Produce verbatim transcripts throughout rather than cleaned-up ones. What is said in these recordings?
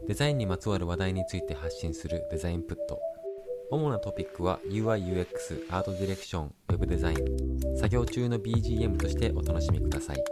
デザインにまつわる話題について発信するデザインプット。主なトピックは ユーアイユーエックス、アートディレクション、ウェブデザイン。作業中の ビージーエム としてお楽しみください。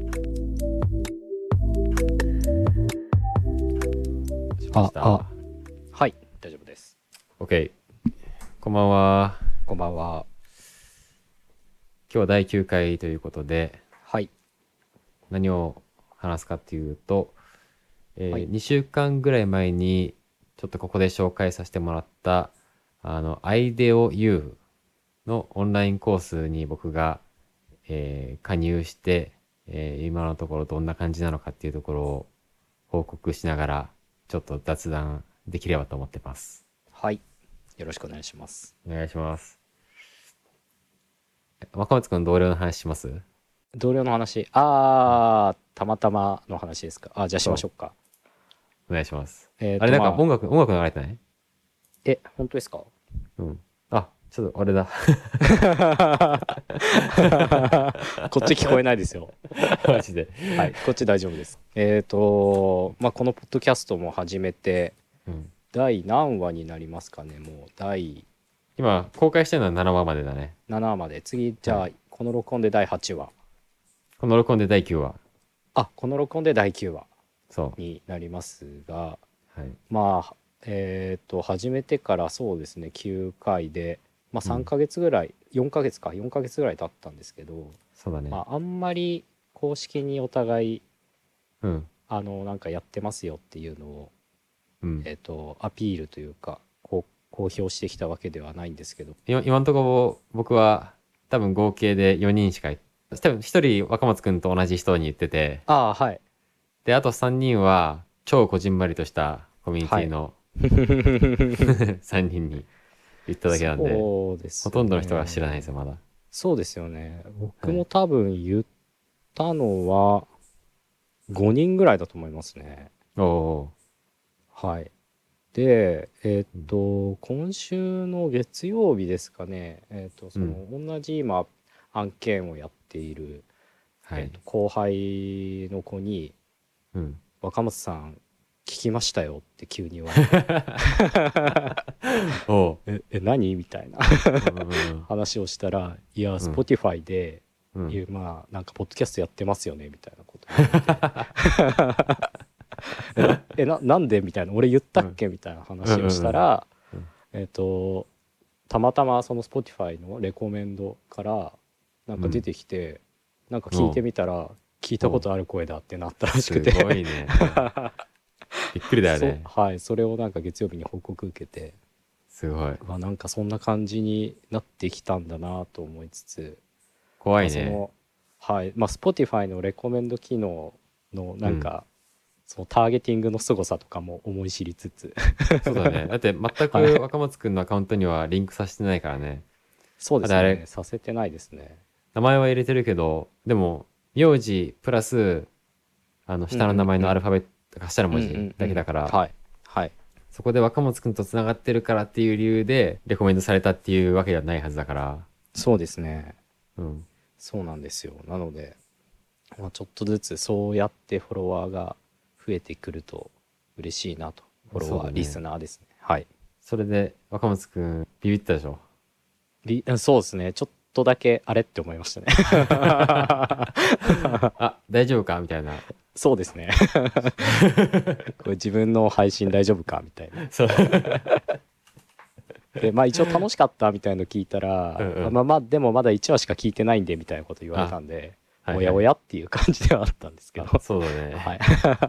あ、あ、はい、大丈夫です。 OK。こんばんは。 こんばんは。 今日はだいきゅうかいということで、 はい。 何を話すかっていうと、えーはいにしゅうかんぐらい前にちょっとここで紹介させてもらったあの アイデオ ユー のオンラインコースに僕が、えー加入して、えー今のところどんな感じなのかっていうところを報告しながらちょっと雑談できればと思ってます。 はい。よろしくお願いします。 お願いします。若松くん同僚の話します？ 同僚の話、あー、たまたまの話ですか。あ、じゃあしましょうか。 お願いします。 えーとあれなんかまあ音楽、音楽流れてない？ え、本当ですか？ うん。あ、ちょっと俺だ。 こっち聞こえないですよ。 マジで。 はい、こっち大丈夫です。えっと、まあ、このポッドキャストも始めて、 うん。 第何話になりますかね。もう第今、公開してるのはななわまでだね。 ななわまで。次、じゃあ、 はこの録音でだいはちわ。 この録音でだいきゅうわ。 あ、この録音でだいきゅうわそう。 になりますが、 はい。 まあえっと始めてからそうですねきゅうかいで、まあ、 うんさんかげつぐらい、よんかげつかよんかげつぐらい経ったんですけど、 そうだね。 まあ、あんまり公式にお互いうん。 あのなんかやってますよっていうのを、 うん。 えっとアピールというかこう公表してきたわけではないんですけど、 今、今のところ僕は多分合計でよにんしかい、多分ひとり若松くんと同じ人に言ってて、 ああはいで、あとさんにんは超こじんまりとしたコミュニティの、さんにんに言っただけなんで、 そうですね、 ほとんどの人が知らないですよ、まだ。 そうですよね。僕も多分言ったのはごにんぐらいだと思いますね。 おおはい。で、えーっと、今週の月曜日ですかね、えーっと、その、同じ今、案件をやっている、 ー。はいえーっと、。後輩の子に、 うん。 若松さん、聞きましたよって急に言われて、 おう。 え、え、何みたいなうん話をしたら、いや、Spotify で、 うんうん。 いやまあ、なんか、ポッドキャストやってますよね、みたいなこと言ってえなえななんでみたいな俺言ったっけみたいな話をしたら、 うんうんうんえっ、とたまたまその Spotify のレコメンドからなんか出てきて、なんか聞いてみたら聞いたことある声だってなったらしくてすごいね。びっくりだよね。 そはいそれをなんか月曜日に報告受けて、 すごい。 まあ、なんかそんな感じになってきたんだなと思いつつ、 怖いね。 まあそのはいまあ Spotify のレコメンド機能のなんか、そのターゲティングの凄さとかも思い知りつつそうだね。だって全くはい若松くんのアカウントにはリンクさせてないからね。 そうですあれあれねさせてないですね。 名前は入れてるけど、でも、名字プラス、あの、下の名前のアルファベット、頭文字だけだから、 はいはいそこで若松くんと繋がってるからっていう理由で、レコメンドされたっていうわけではないはずだから、 そうですねうん。 そうなんですよ。なので、まあ、ちょっとずつそうやってフォロワーが増えてくると嬉しいなと。フォロワー、 そうだねリスナーですね。はいそれで、若松くん、ビビったでしょ？ リそうですねちょっとだけあれって思いましたねあ、大丈夫かみたいな。 そうですねこれ自分の配信大丈夫かみたいな。 そう。 でまあ一応楽しかったみたいの聞いたら、 うんうんまあまあでもまだいちわしか聞いてないんでみたいなこと言われたんで、 はいはいおやおやっていう感じではあったんですけど、 あそうだね。 はい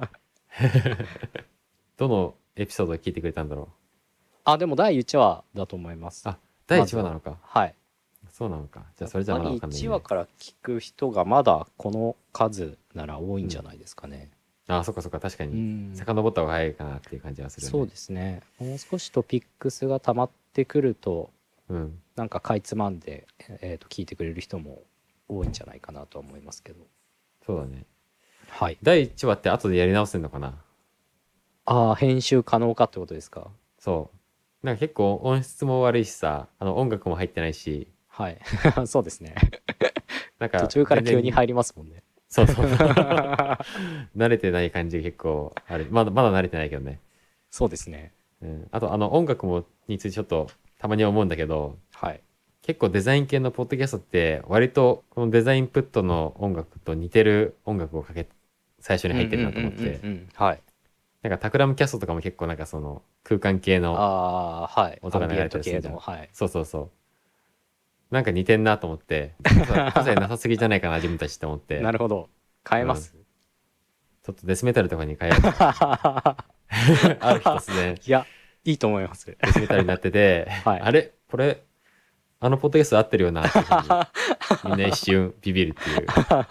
どのエピソードを聞いてくれたんだろあでもだいいちわだと思いますう。あ、だいいちわなのか。 はいそうなのか。じゃあそれじゃまだだいわかんない、 いちね。 わから聞く人がまだこの数なら多いんじゃないですかね。 あ、そっかそっか、確かうに。 ん遡った方が早いかなっていう感じはするね。 そうですね。もう少しトピックスが溜まってくるとうん。 なんかかいつまんで、えーと聞いてくれる人も多いんじゃないかなとは思いますけど。 そうだね。 はい。 だいいちわって後でやり直せんのかな？ ああ編集可能かってことですか？ そう。なんか結構音質も悪いしさ、あの音楽も入ってないし、 はいそうですねなんか途中から急に全然入りますもんね。 そうそう。慣れてない感じが結構ある。まだ、まだ慣れてないけどね。 そうですね。 うん、あとあの音楽もについてちょっとたまに思うんだけど、 はい。 結構デザイン系のポッドキャストって割とこのデザインプットの音楽と似てる音楽をかけ最初にうんうんうん入ってるなと思って、 うんうん。はい。 なんかタクラムキャストとかも結構なんかその空間系のああ、はい。 音が流れアンビエントたりするじゃん。 系の、はい。 そうそうそう。なんか似てんなと思って、個性個性なさすぎじゃないかな自分たちって思って、 なるほど。変えうん。 ます。 ちょっとデスメタルとかに変えようかなと。ある日突然いや、いいと思います。 デスメタルになってて、 はい。 あれこれ、あのポッドキャスト合ってるよなっていうふうに、みんな一瞬ビビるっていう。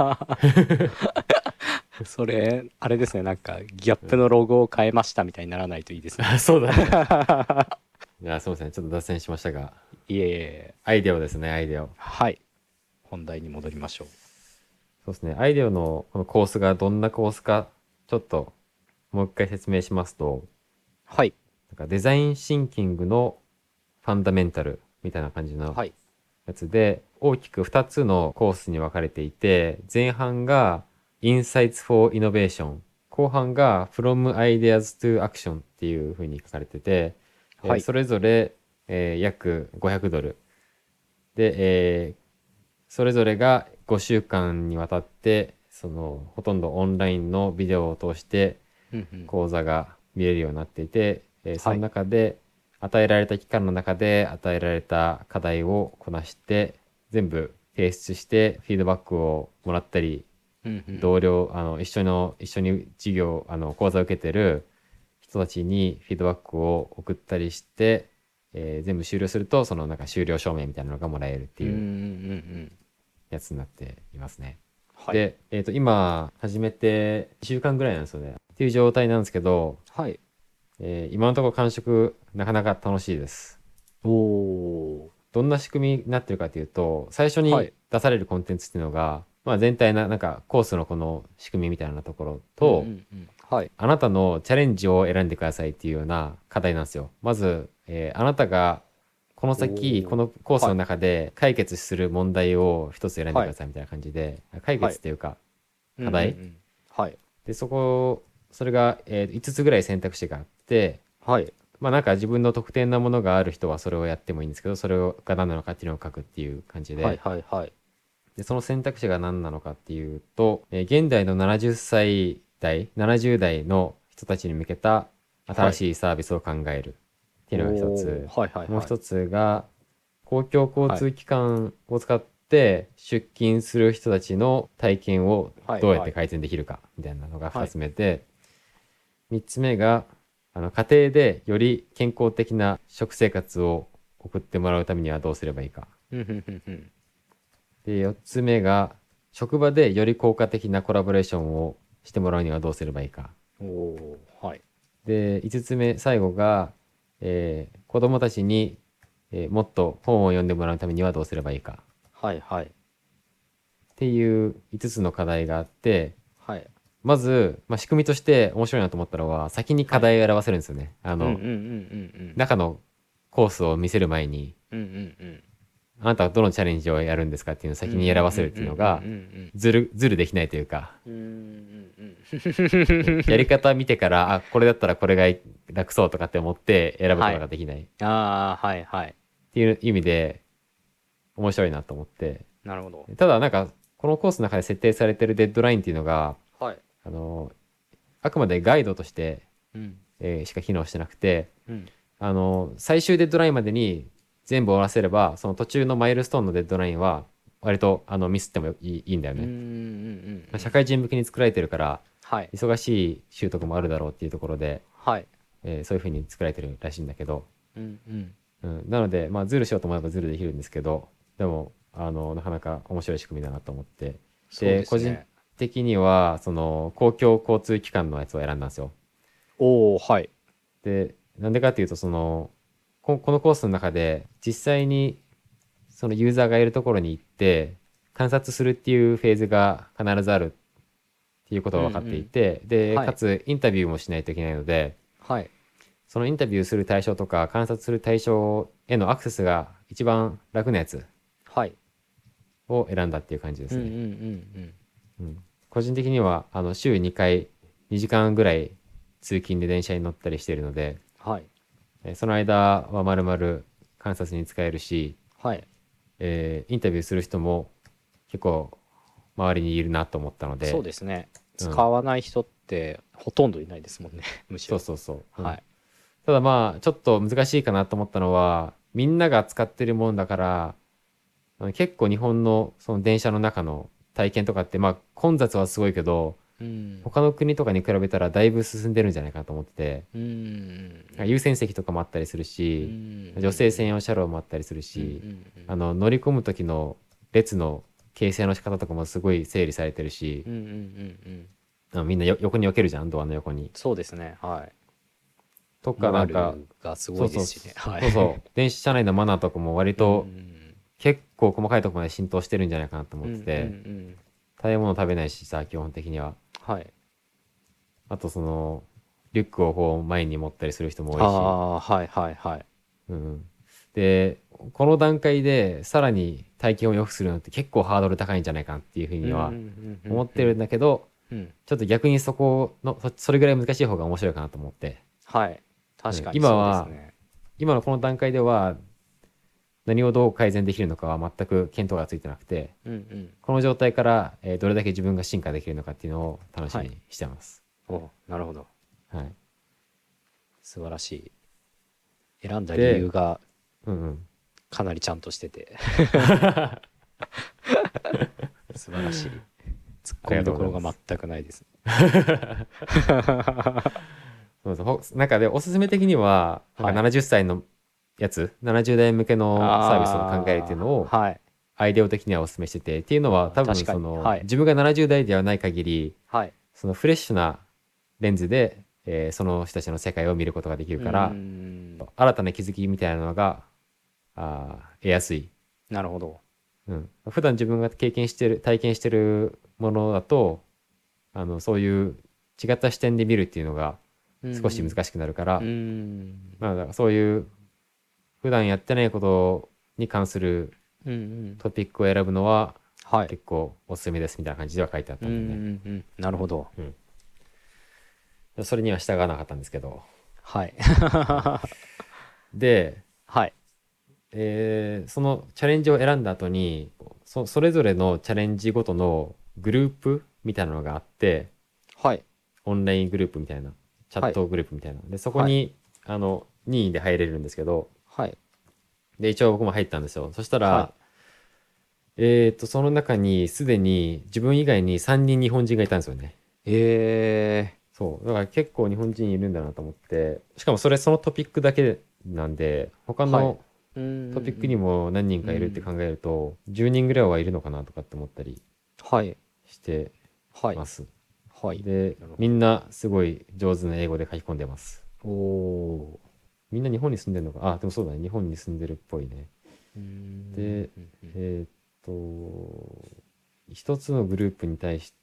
それ、あれですね、なんか、ギャッうん、 プのロゴを変えましたみたいにならないといいですね。 あ、そうだね。いや、すみません。ちょっと脱線しましたが、 いえいえ。 アイデオですね、アイデオ。 はい。本題に戻りましょう。 そうですね。アイデオのこのコースがどんなコースか、ちょっともう一回説明しますと、 はい。 なんかデザインシンキングのファンダメンタルみたいな感じのはい。 やつで、大きくふたつのコースに分かれていて、前半が Insights for Innovation、後半が From Ideas to Action っていう風に書かれてて、えはい。 ーそれぞれ、えー約ごひゃくドル。で、えーそれぞれがごしゅうかんにわたって、その、ほとんどオンラインのビデオを通してうんうん。 講座が見れるようになっていて、えーそのはい。 中で与えられた期間の中で与えられた課題をこなして全部提出してフィードバックをもらったり、 うんうん。 同僚あの一緒の一緒に授業あの講座を受けてる人たちにフィードバックを送ったりして、えー全部終了するとそのなんか終了証明みたいなのがもらえるっていううんうんうんうん。 やつになっていますね。 はい。 で、えっと今始めていっしゅうかんぐらいなんですよねっていう状態なんですけど、 はい。 えー今のところ感触なかなか楽しいです。 おー。 どんな仕組みになってるかというと、最初にはい。 出されるコンテンツっていうのが、まあ、全体な、なんかコースのこの仕組みみたいなところうんうと、 んうん。はい。 あなたのチャレンジを選んでくださいっていうような課題なんですよ。まず、えーあなたがこの先、こおー。 のコースはい。 の中で解決する問題を一つ選んでくはい。 ださいみたいな感じで、解はい。 決っていうかうんうんう課題ん。はい。 で、そこ、それが、えーいつつぐらい選択肢があって、 はい。 まあなんか自分の特定なものがある人はそれをやってもいいんですけど、それが何なのかっていうのを書くっていう感じはいで、 はいはい。 で、その選択肢が何なのかっていうと、えー現代のななじゅっさい代、ななじゅう代の人たちに向けた新はい。 しいサービスを考えるっていうのが一つ。 おー。はいはいはい。 もう一つが、公共交はい。 通機関を使って出勤する人たちの体験をどうやっはいはい。 て改善できるかみたいなのが二はい。 つ目で、三つ目が、あの、家庭でより健康的な食生活を送ってもらうためにはどうすればいいか。 ふんふんふんふん。 で、四つ目が、職場でより効果的なコラボレーションをしてもらうにはどうすればいいか。 おー。はい。 で、五つ目、最後が、えー子供たちに、えーもっと本を読んでもらうためにはどうすればいいか。 はいはい。 っていう五つの課題があって、 はい。 まず、まあ、仕組みとして面白いなと思ったのは、先に課はい。 題を表せるんですよね。あの、 うんうんうんうん中のコースを見せる前に、 うん。うんうんうん。 あなたはどのチャレンジをやるんですかっていうのをうんうん先に選ばせるっていうのが、 うんずる、ずるできないというか、 うんうん。うんうんうん。 やり方見てから、あ、これだったらこれが楽そうとかって思って選ぶことはい。 ができないっああ、はいはい。 ていう意味で面白いなと思って。 なるほど。 ただなんか、このコースの中で設定されてるデッドラインっていうのが、 はい。 あの、あくまでガイドとして、 うん。 えーしか機能してなくて、 うん。 あの、最終デッドラインまでに全部終わらせれば、その途中のマイルストーンのデッドラインは、割とあのミスってもいい、いいんだようんうんうね。 んうん。 社会人向けに作られてるから、 はい。 忙しい習得もあるだろうっていうところで、 はい。 えーそういう風に作られてるらしいんだけど、 うんうん。 うん、なので、まあ、ズルしようと思えばズルできるんですけど、でも、あの、なかなか面白い仕組みだなと思って。 そうで、個人ですね。 的には、その、公共交通機関のやつを選んだんですよ。 おお、はい。 で、なんでかっていうと、その、こ、このコースの中で、実際に、そのユーザーがいるところに行って、観察するっていうフェーズが必ずあるっていうことうんうが分かっていん。 て、で、 はい。 かつ、インタビューもしないといけないので、 はい。 そのインタビューする対象とか、観察する対象へのアクセスが一番楽なやつはい。 を選んだっていう感じですね。 うんうんうんうん。 うん。個人的には、あの、週にかい、にじかんぐらい通勤で電車に乗ったりしているので、 はいえーその間はまるまる観察に使えるし、 はいえーインタビューする人も結構周りにいるなと思ったので。 そうですね。 うん使わない人ってほとんどいないですもんね。むしろ。 そうそうそう、うんはい。 ただまあちょっと難しいかなと思ったのは、みんなが使ってるもんだから、あの結構日本のその電車の中の体験とかって、まあ混雑はすごいけど、 うん。 他の国とかに比べたらだいぶ進んでるんじゃないかなと思ってて、 うん。 優先席とかもあったりするうし、 ん。 女性専用車両もあったりするうん。 し、 うん。 あの乗り込む時の列の形成の仕方とかもすごい整理されてるし、 うん。うん。うん。うんあのみんなよ横に避けるじゃん、ドアの横に。 そうですね。はい。 とかモラなんか、 ルがすそうそうごいですしね。はい。 そうそう、電車内のマナーとかも割うとん。 結構細かいところまで浸透してるんじゃないかなと思うん。うん。うってて、 ん。 食べ物食べないしさ、基本的には。 はい。 あとその、リュックをこう前に持ったりする人も多いし、 ああ、はいはいはい。 うんうん。で、この段階でさらに体験を良くするのって結構ハードル高いんじゃないかなっていうふううん。うにはん。うん。 思ってるんだけど、 うん。 ちょっと逆にそこの、そそれぐらい難しい方が面白いかなと思って。 はい。 うん確かにそうです今は、 ね。 今のこの段階では何をどう改善できるのかは全く見当がついてなくて、 うんうん。 この状態から、えーどれだけ自分が進化できるのかっていうのを楽しみはい。 にしてます。 お、なるほど。 はい。 素晴らしい。選んだ理由で、 がうんうん。 かなりちゃんとしてて素晴らしい。突っありがと込みどころうございます。 が全くないです。 そうそうほ中でおすすめ的には、なんかはい。 ななじゅっさいのやつ、ななじゅう代向けのサービスを考えるっていうのをああ、はい。 アイデア的にはお勧めしてて、っていうのは多分あー確かに。 そのはい。 自分がななじゅう代ではない限り、 はい。 そのフレッシュなレンズで、えーその人たちの世界を見ることができるうーから、 ん。 新たな気づきみたいなのが、あー得やすい。 なるほど。 うん。普段自分が経験してる、体験してるものだと、あの、そういう違った視点で見るっていうのがうん少し難しくなるから、 うん。うーん。 まあ、だからそういう普段やってないことに関するうんうん。 トピックを選ぶのははい。 結構おすすめですみたいな感じでは書いてあっうんうたんだよね。 んうん。なるほど。 うん。それには従わなかったんですけど。 はい。 で、 はい。 えーそのチャレンジを選んだ後に、そ、それぞれのチャレンジごとのグループみたいなのがあって、 はい。 オンライングループみたいな、チャッはい。 トグループみたいな。で、そこはい。 に、あの、任意で入れるんですけど、 はい。 で、一応僕も入ったんですよ。そしたはい。 ら、えーと、その中にすでに自分以外にさんにん日本人がいたんですよね。 えそう。だから結構日本人いるんだなと思って、しかもそれそのトピックだけなんで、他ー、はい。 のうんうんうトピックにん。 も何人うかいるって考ん。 えると、じゅうにんぐらいはいるのかなとかって思ったりはい。 してはい。 ます。 はい。 で、 なるほみんなすごい上手な英語で書き込んでます。 ど。おー。 みんな日本に住んでるのか、あ、でもそうだね。日本に住んでるっぽいね。 うーん。 で、 うんうんえーっと、一つのグループに対して、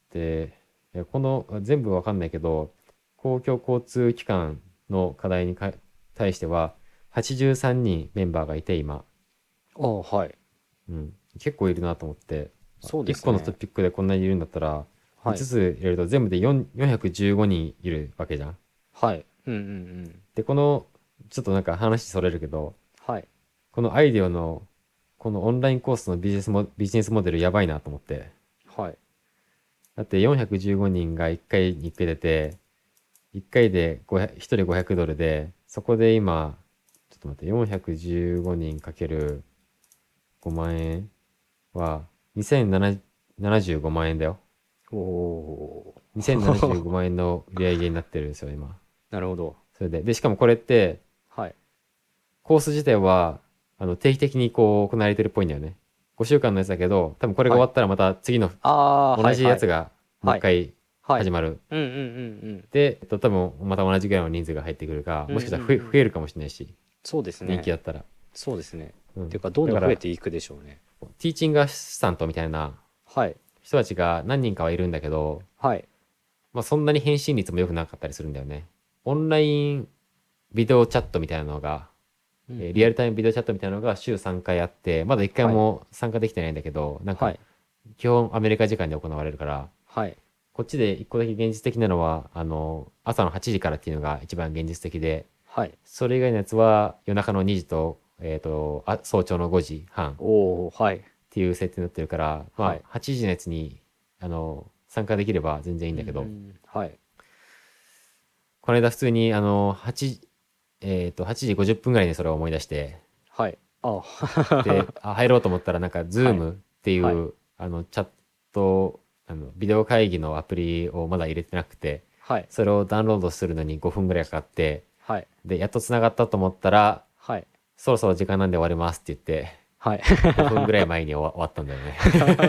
えこの、全部わかんないけど、公共交通機関の課題にか対しては、はちじゅうさんにんメンバーがいて、今。 あー、はい。 うん。結構いるなと思って、 そうでいっこのトすね。 ピックでこんなにいるんだったら、5 はい。 つつ入れると全部でよんよんひゃくじゅうごにんいるわけじゃん。 はい。うんうんうん。 で、この、ちょっとなんか話それるけど、 はい。 このアイデアの、このオンラインコースのビジネスモ、ビジネスモデルやばいなと思って。 はい。 だってよんひゃくじゅうごにんがいっかいにいっかい出て、いっかいでごひゃく、ひとりごひゃくドルで、そこで今、ちょっと待って、よんひゃくじゅうごにんかけるごまん円はにせんななじゅうごまん円だよ。 おー。 にせんななじゅうごまん円の売り上げになってるんですよ、今。 なるほど。 それで。で、しかもこれって、 はい。 コース自体は、あの、定期的にこう、行われてるっぽいんだよね。ごしゅうかんのやつだけど、多分これがはい。 終わったらまた次のああ、 同はいはい。 じやつがもうはい。 一回はい。 始まる。 うんうんうんうん。 で、えっと、多分また同じぐらいの人数が入ってくるか、 うんうんうもしかしたら増え、増ん。 えるかもしれないし、 そうですね。 人気だったら。 そうですね。っていううん。 か、どんどんだから、 増えていくでしょうね。 ティーチングアシスタントみたいなはい。 人たちが何人かはいるんだけど、 はい。 まあそんなに返信率も良くなかったりするんだよね。オンラインビデオチャットみたいなのが、えーリアうんうん。 ルタイムビデオチャットみたいなのが週さんかいあって、まだいっかいはい。 も参加できてないんだけど、なんか、 はい。 基本アメリカ時間で行われるから、 はい。 こっちで一個だけ現実的なのは、あの、朝のはちじからっていうのが一番現実的で、 はい。 それ以外のやつは夜中のにじと、えっと、あ、早朝のごじはんっおお、はい。 ていう設定になってるから、まあ、 はい。 はちじのやつに、あの、参加できれば全然いいんだけど、 うん、はい。 この間普通に、あの、はち、えっと、はちじごじゅっぷんぐらいにそれを思い出して、 はい。あ、 で、あ、入ろうと思ったら、なんか、ズはい。 ームっていはい。 う、あの、チャット、あの、ビデオ会議のアプリをまだ入れてなくて、 はい。 それをダウンロードするのにごふんぐらいかかって、 はい。 で、やっと繋がったと思ったら、 はい。 そろそろ時間なんで終わりますって言って、 はい。 ごふんぐらい前に終わ終わったんだよね。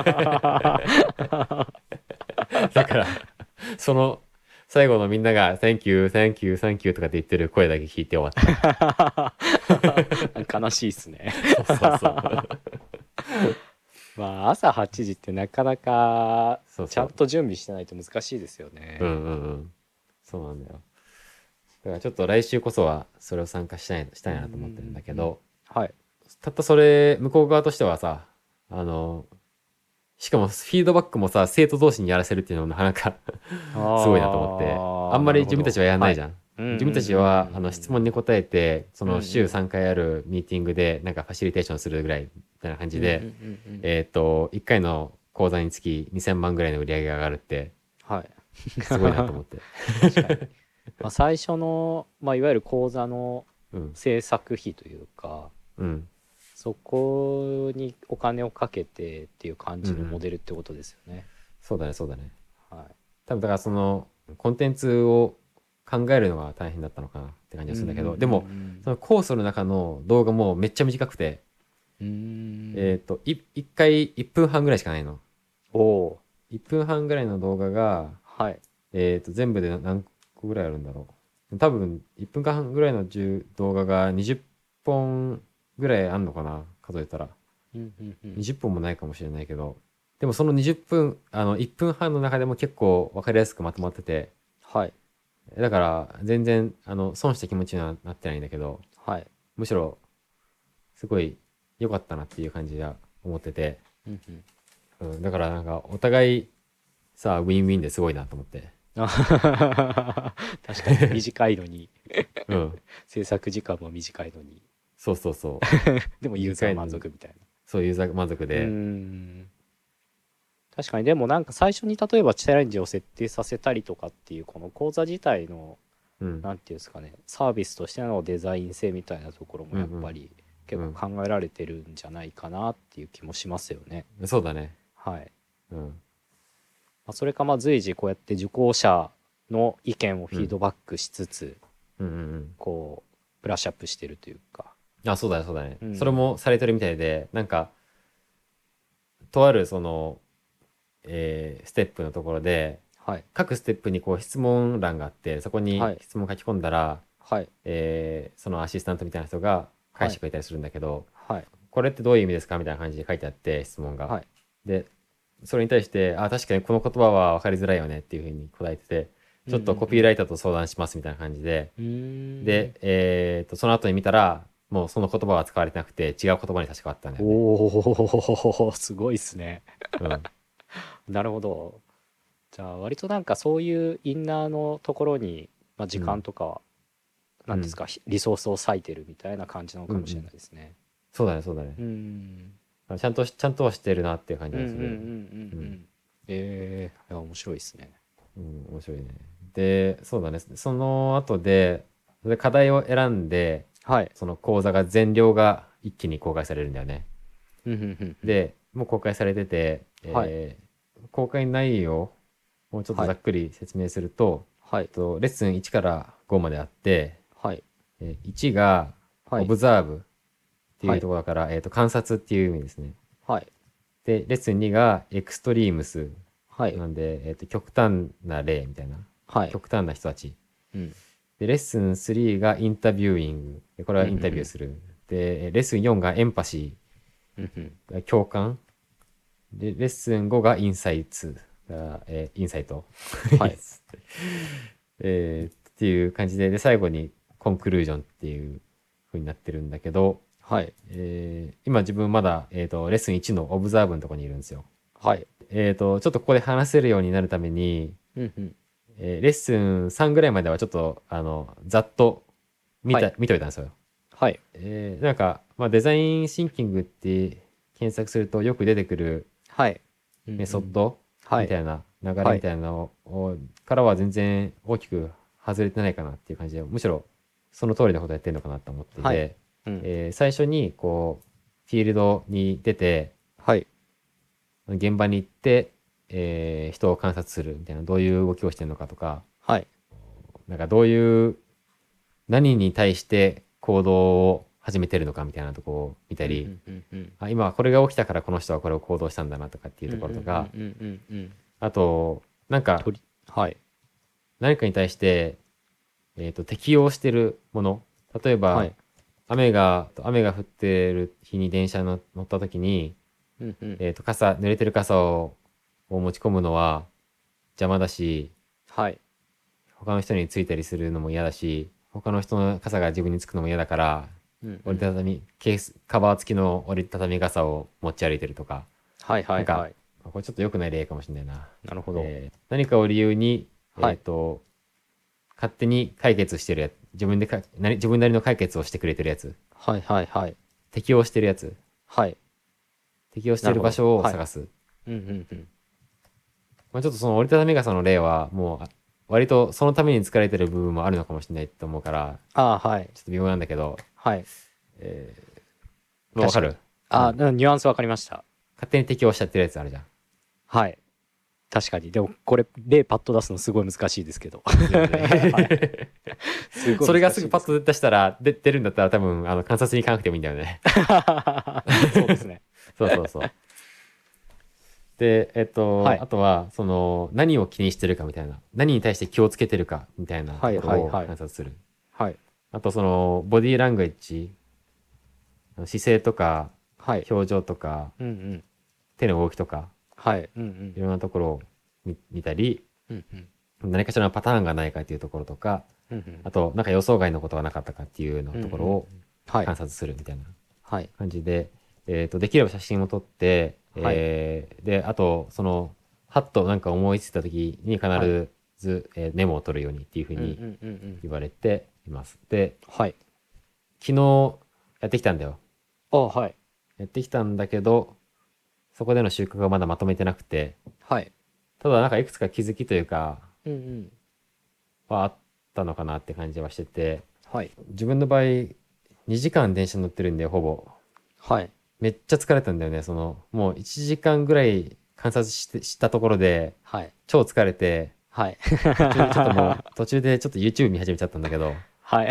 だから、その、最後のみんなが、Thank you, Thank you, Thank you とかって言ってる声だけ聞いて終わった。 悲しいっすね。 そうそうそう。 まあ、朝はちじってなかなかそうそう。 ちゃんと準備してないと難しいですようんね。 うんうん。そうなんだよ。だからちょっと来週こそはそれを参加したい、したうんういなと思ってるんだけんうん。 ど、 はい。 たったそれ、向こう側としてはさ、あの、しかもフィードバックもさ、生徒同士にやらせるっていうのもなかなかすごいなと思って、あああ、 んまなるほど。 り自分たちはやらなはい。 いじゃん。 うんうんうん自分たちは、あの、質問に答えて、そうん。うの週んさんかいあるミーティングで、なんかファシリテーションするぐらい、みたいな感うんうんうんうじで、 んうん。 えっと、いっかいの講座につきにせんまんぐらいの売り上げが上がるって、 はい。 すごいなと思って。 確かに。まあ、最初の、まあ、いわゆる講座のうん。 制作費というか、 うん。 そこにお金をかけてっていう感じのモうんうん。 デルってことですよね。 そうだね、そうだね。 は多分だからそのコンテンツを考えるのが大変だったのかなって感じい。うんうんがするんだけど、でもそのコースの中の動画もめっちゃ短くて、 うんうん。うーん。 えっと、いいっかいいっぷんはんぐらいしかないの。 おおいっぷんはんぐらいの動画が、 ー。はい。 えっと、全部で何個ぐらいあるんだろう。多分いっぷんはんぐらいのじゅう動画がにじゅっぽんぐらいあんのかな、数えたら。 うんうんうん。 にじゅっぽんもないかもしれないけど、でもそのにじゅっぷん、あのいっぷんはんの中でも結構わかりやすくまとまってて、 はい。 だから全然あの損した気持ちにはなってないんだけど、 はい。 むしろすごい良かったなっていう感じは思ってて、 うんうん。 うん、だからなんかお互いさ、ウィンウィンですごいなと思って。 あ確かに短いのにうん。 制作時間も短いのにそうそうそでもう。 ユーザー満短いのに、 足みたいな。 そうユーザー満足うーで、 ん。確かにでもなんか最初に例えばチャレンジを設定させたりとかっていうこの講座自体のうん。 なんていうんですかね、サービスとしてのデザイン性みたいなところもうんうん。 やっぱり結うん。 構考えられてるんじゃないかなっていう気もしますよね。 そうだね。 はい。 うん。 まあ、それかまあ随時こうやって受講者の意見をフうん。 ィードバックしつつうんうんうん。 こうブラッシュアップしてるというか。 あ、そうだね、そうだね。それうん。 もされてるみたいで、なんか、とあるその、えーステップのところで、 はい。 各ステップにこう質問欄があって、そこにはい。 質問書き込んだら、 はい。 えーそのアシスタントみたいな人が返はい。 してくれたりするんだけど、 はい。 これってどういう意味ですかみたいな感じで書いてあって、質問が。 はい。 で、それに対して、あ、確かにこの言葉は分かりづらいよねっていうふうに答えてて、 うんうちょっとコピーんライターと相談しますみたいな感じで、 うん。うーん。 で、えーと、その後に見たら、もうその言葉は使われてなくて、違う言葉に確かあったんだよね。 おお、すごいっすね。 うん。 なるほど。じゃあ割となんかそういうインナーのところに、まあ、時間うん。 とか、 うん。 なんですか、ひリソースを割いてるみたいな感じなのかもしれなうんうん。 いですね。 そうだね、そうだね。 うーん。 あちゃんとし、ちゃんとはしてるなっていう感うんうんうんうんじがする。うん。 うん。ええー、いや、面白いですね。 うん、面白いね。で、そうだね。その後で、で課題を選んで、 はい。 その講座が全量が一気に公開されるんだよね。 うんうんうんうん。 で、もう公開されてて、 はい。 えー公開内容をちょっとはい。 ざっくり説明すると、 はい。 とレッスンいちからごまであって、 はい。 えーいちがはい。 オブザーブっていはい。 うところだから、えーと観察っていう意味ですね。 はい。 で、レッスンにがエクストリームスはい。 なんで、えーと極端な例みたいな。 はい。 極端な人たち。 うん。 で、レッスンスリーがインタビューイング。でこれうんはインタビューうんする。で、レッスンよんがエンパシうんうん。 ー、共感。で、レッスンごがインサイツ。がえーインサイト。 はい。 えーっていう感じで、で、最後にコンクルージョンっていう風になってるんだけど、 はい。 えー今自分まだ、えーと、レッスンいちのオブザーブのところにいるんですよ。 はい。 えーと、ちょっとここで話せるようになるために、 うんうんえーレッスンさんぐらいまではちょっと、あの、ざっと見た、 はい見といたんですよ。 はいえーなんか、まあ、デザインシンキングって検索するとよく出てくるはいうんうメソッんドはいみたいな流れはいみたいなのをからは全然大きく外れてないかなっていう感じで、むしろその通りのことやってるのかなと思っていはいて、 うんえー最初にこう、フィールドに出て、 はい現場に行って、えー人を観察するみたいな、どういう動きをしてるのかとか、 はいなんかどういう、何に対して行動を始めてるのかみたいなとこを見たり、 うんうんうんあ、今これが起きたからこの人はこれを行動したんだなとかっていうとうんうんころとか、 うんうんうんうんあと、なんか鳥はい何かに対して、えっと、適応してるもの。例えば、 はい雨が、雨が降ってる日に電車に乗った時に、 うんうんえっと、傘、濡れてる傘を、を持ち込むのは邪魔だし、 はい他の人についたりするのも嫌だし、他の人の傘が自分につくのも嫌だから、 うんうん折りたたみ、ケース、カバー付きの折りたたみ傘を持ち歩いてるとか、 はいはなんか、 いはいこれちょっと良くない例かもしれないな。 なるほどえー何かを理由に、 はいえっと、勝手に解決してるやつ、自分でか、なり自分なりの解決をしてくれてるやつ、 はいはいはい適応してるやつ、 はい適応してる場所をなるほど探す。 うんうんうんまあ、ちょっとその折りたたみ傘の例は、もう、あ割とそのために疲れてる部分もあるのかもしれないと思うから、 ああはいちょっと微妙なんだけど、 はいもうわかる？ ああ、 うんニュアンスわかりました。 勝手に適応しちゃってるやつあるじゃん。 はい確かに。でもこれ例パッと出すのすごい難しいですけどすごい難しいですそれがすぐパッと出したら、で出るんだったら多分、あの、観察に行かなくてもいいんだよね。 そうですねそうそうそう。で、えっと、 はいあとは、その、何を気にしてるかみたいな、何に対して気をつけてるかみたいなところをはいはいはい観察する。 はいあと、その、ボディーラングエッジ、姿勢とか、 はい表情とか、 うんうん手の動きとか、 はいうんいろんなところを見見たり、 うんうんうん何かしらのパターンがないかっていうところとか、 うんうんあと、なんか予想外のことがなかったかっていうようなところをはい観察するみたいなはい感じで、えっと、できれば写真を撮って、 はいえーで、あと、その、はっとなんか思いついた時に必ず、えーメモを取るようにっていうふうにうんうんうんうん言われています。で、 はい昨日やってきたんだよ。 あはいやってきたんだけど、そこでの収穫がまだまとめてなくて、 はいただなんかいくつか気づきというか、 うんうんはあったのかなって感じはしてて、 はい自分の場合、にじかん電車乗ってるんで、ほぼ。 はいめっちゃ疲れたんだよね。その、もういちじかんぐらい観察してしたところで、 はい超疲れて、 はい途中でちょっともう、途中でちょっと YouTube 見始めちゃったんだけど、 はい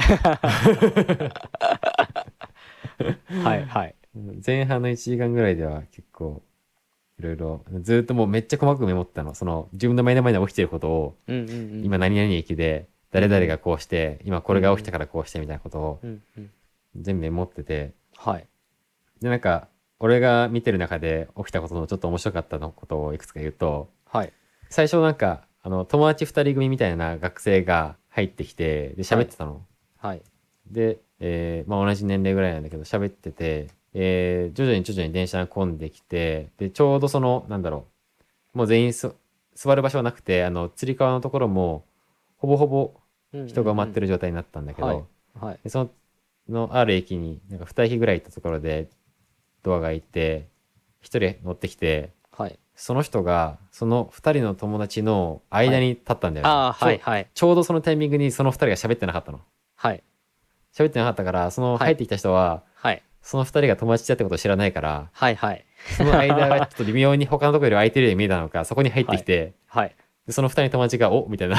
はいはい前半のいちじかんぐらいでは結構、いろいろ、ずっともうめっちゃ細かくメモってたの。その、自分の目の前に起きてることを、 うんうんうん今何々駅で、誰々がこうして、今これが起きたからこうしてみたいなことをうんうん全部メモってて、 はいで、なんか、俺が見てる中で起きたことのちょっと面白かったのことをいくつか言うと、 はい最初なんか、あの、友達二人組みたいな学生が入ってきて、で、喋ってたの。 はいで、えーまあ同じ年齢ぐらいなんだけど、喋ってて、えー徐々に徐々に電車が混んできて、で、ちょうどその、なんだろう、もう全員す座る場所はなくて、あの、つり革のところも、ほぼほぼ人が埋まってるる状態になったんだけど、 はいはいでその、のある駅に、なんか二駅ぐらい行ったところで、ドアが開いて、一人乗ってきて、 はいその人が、その二人の友達の間に立ったんだよね。 ああはいちょはいちょうどそのタイミングにその二人が喋ってなかったの。 はい喋ってなかったから、そのはい入ってきた人は、 はいその二人が友達だってことを知らないから、 はいはいその間がちょっと微妙に他のところより空いてるように見えたのか、そこに入ってきて、 はいでその二人の友達が、おみたいな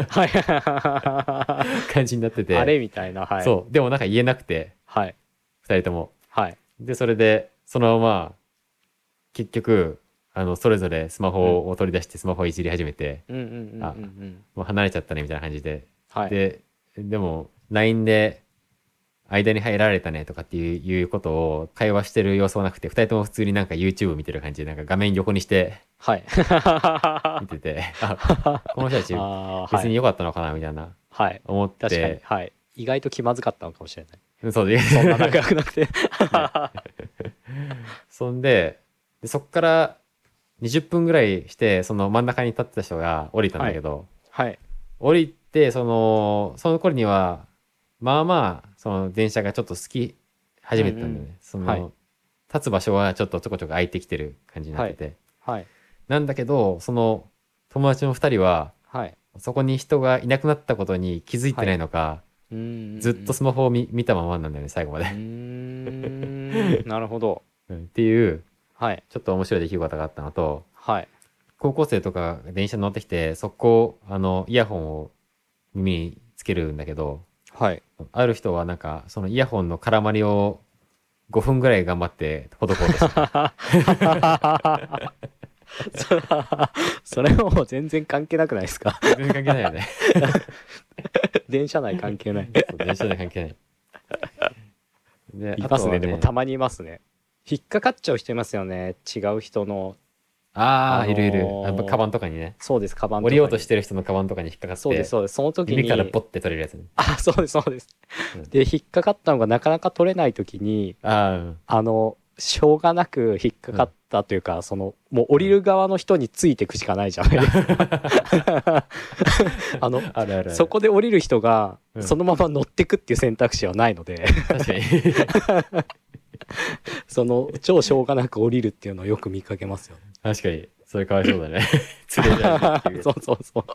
はい感じになってて、 あれみたいなはいそう。でもなんか言えなくて、 はい二人とも。 はいで、それで、そのまま、結局、あの、それぞれスマホを取り出してスマホをいじり始めて、 うんうんうんうんうあんもう離れちゃったねみたいな感じで。 はいで、でも、ライン で、間に入られたねとかっていういうことを会話してる様子はなくて、二人とも普通になんか YouTube 見てる感じで、なんか画面横にしてはい見てて、あ、この人たちあーはい別に良かったのかなみたいなはい思っ確かにて、 はい意外と気まずかったのかもしれないそうで、 そんな仲良くなくてそんで、でそっからにじゅっぷんぐらいしてその真ん中に立ってた人が降りたんだけど、 はい降りてそのその頃にはまあまあその電車がちょっと好き始めてたんだよね、 うんうんその、 はい立つ場所はちょっとちょこちょこ空いてきてる感じになってて、 はいなんだけどその友達のふたりははいそこに人がいなくなったことに気づいてないのか、 うーんずっとスマホを見見たままなんだよね最後まうーで、 んなるほど。 うんっていうはいちょっと面白い出来事があったのと、 はい高校生とかが電車に乗ってきて速攻あのイヤホンを耳につけるんだけど、 はいある人はなんかそのイヤホンの絡まりをごふんぐらい頑張ってほどこうとしてたそれはもう全然関係なくないですか？ 全然関係ないよね電車内関係ない。 そう電車で関係ないでいますね、 あとはでもたまにいますね。引っかかっちゃう人いますよね。違う人の。 ああ、 あのーいるいるやっぱカバンとかにね、 そうです、カバンとかに。 降りようとしてる人のカバンとかに引っかかってそうです、そうです。その時に。 耳からポッて取れるやつね。 あ、そうです、そうです。 うんで、引っかかったのがなかなか取れない時に、 ああ、うんあの、しょうがなく引っかかったというか、その、もう降りる側の人についていくしかないじゃないですか。あの、 あるあるあるそこで降りる人がうんそのまま乗ってくっていう選択肢はないので、 確かにその超しょうがなく降りるっていうのをよく見かけますよね。 確かにそれかわいそうだね連れられるっていうそうそうそう。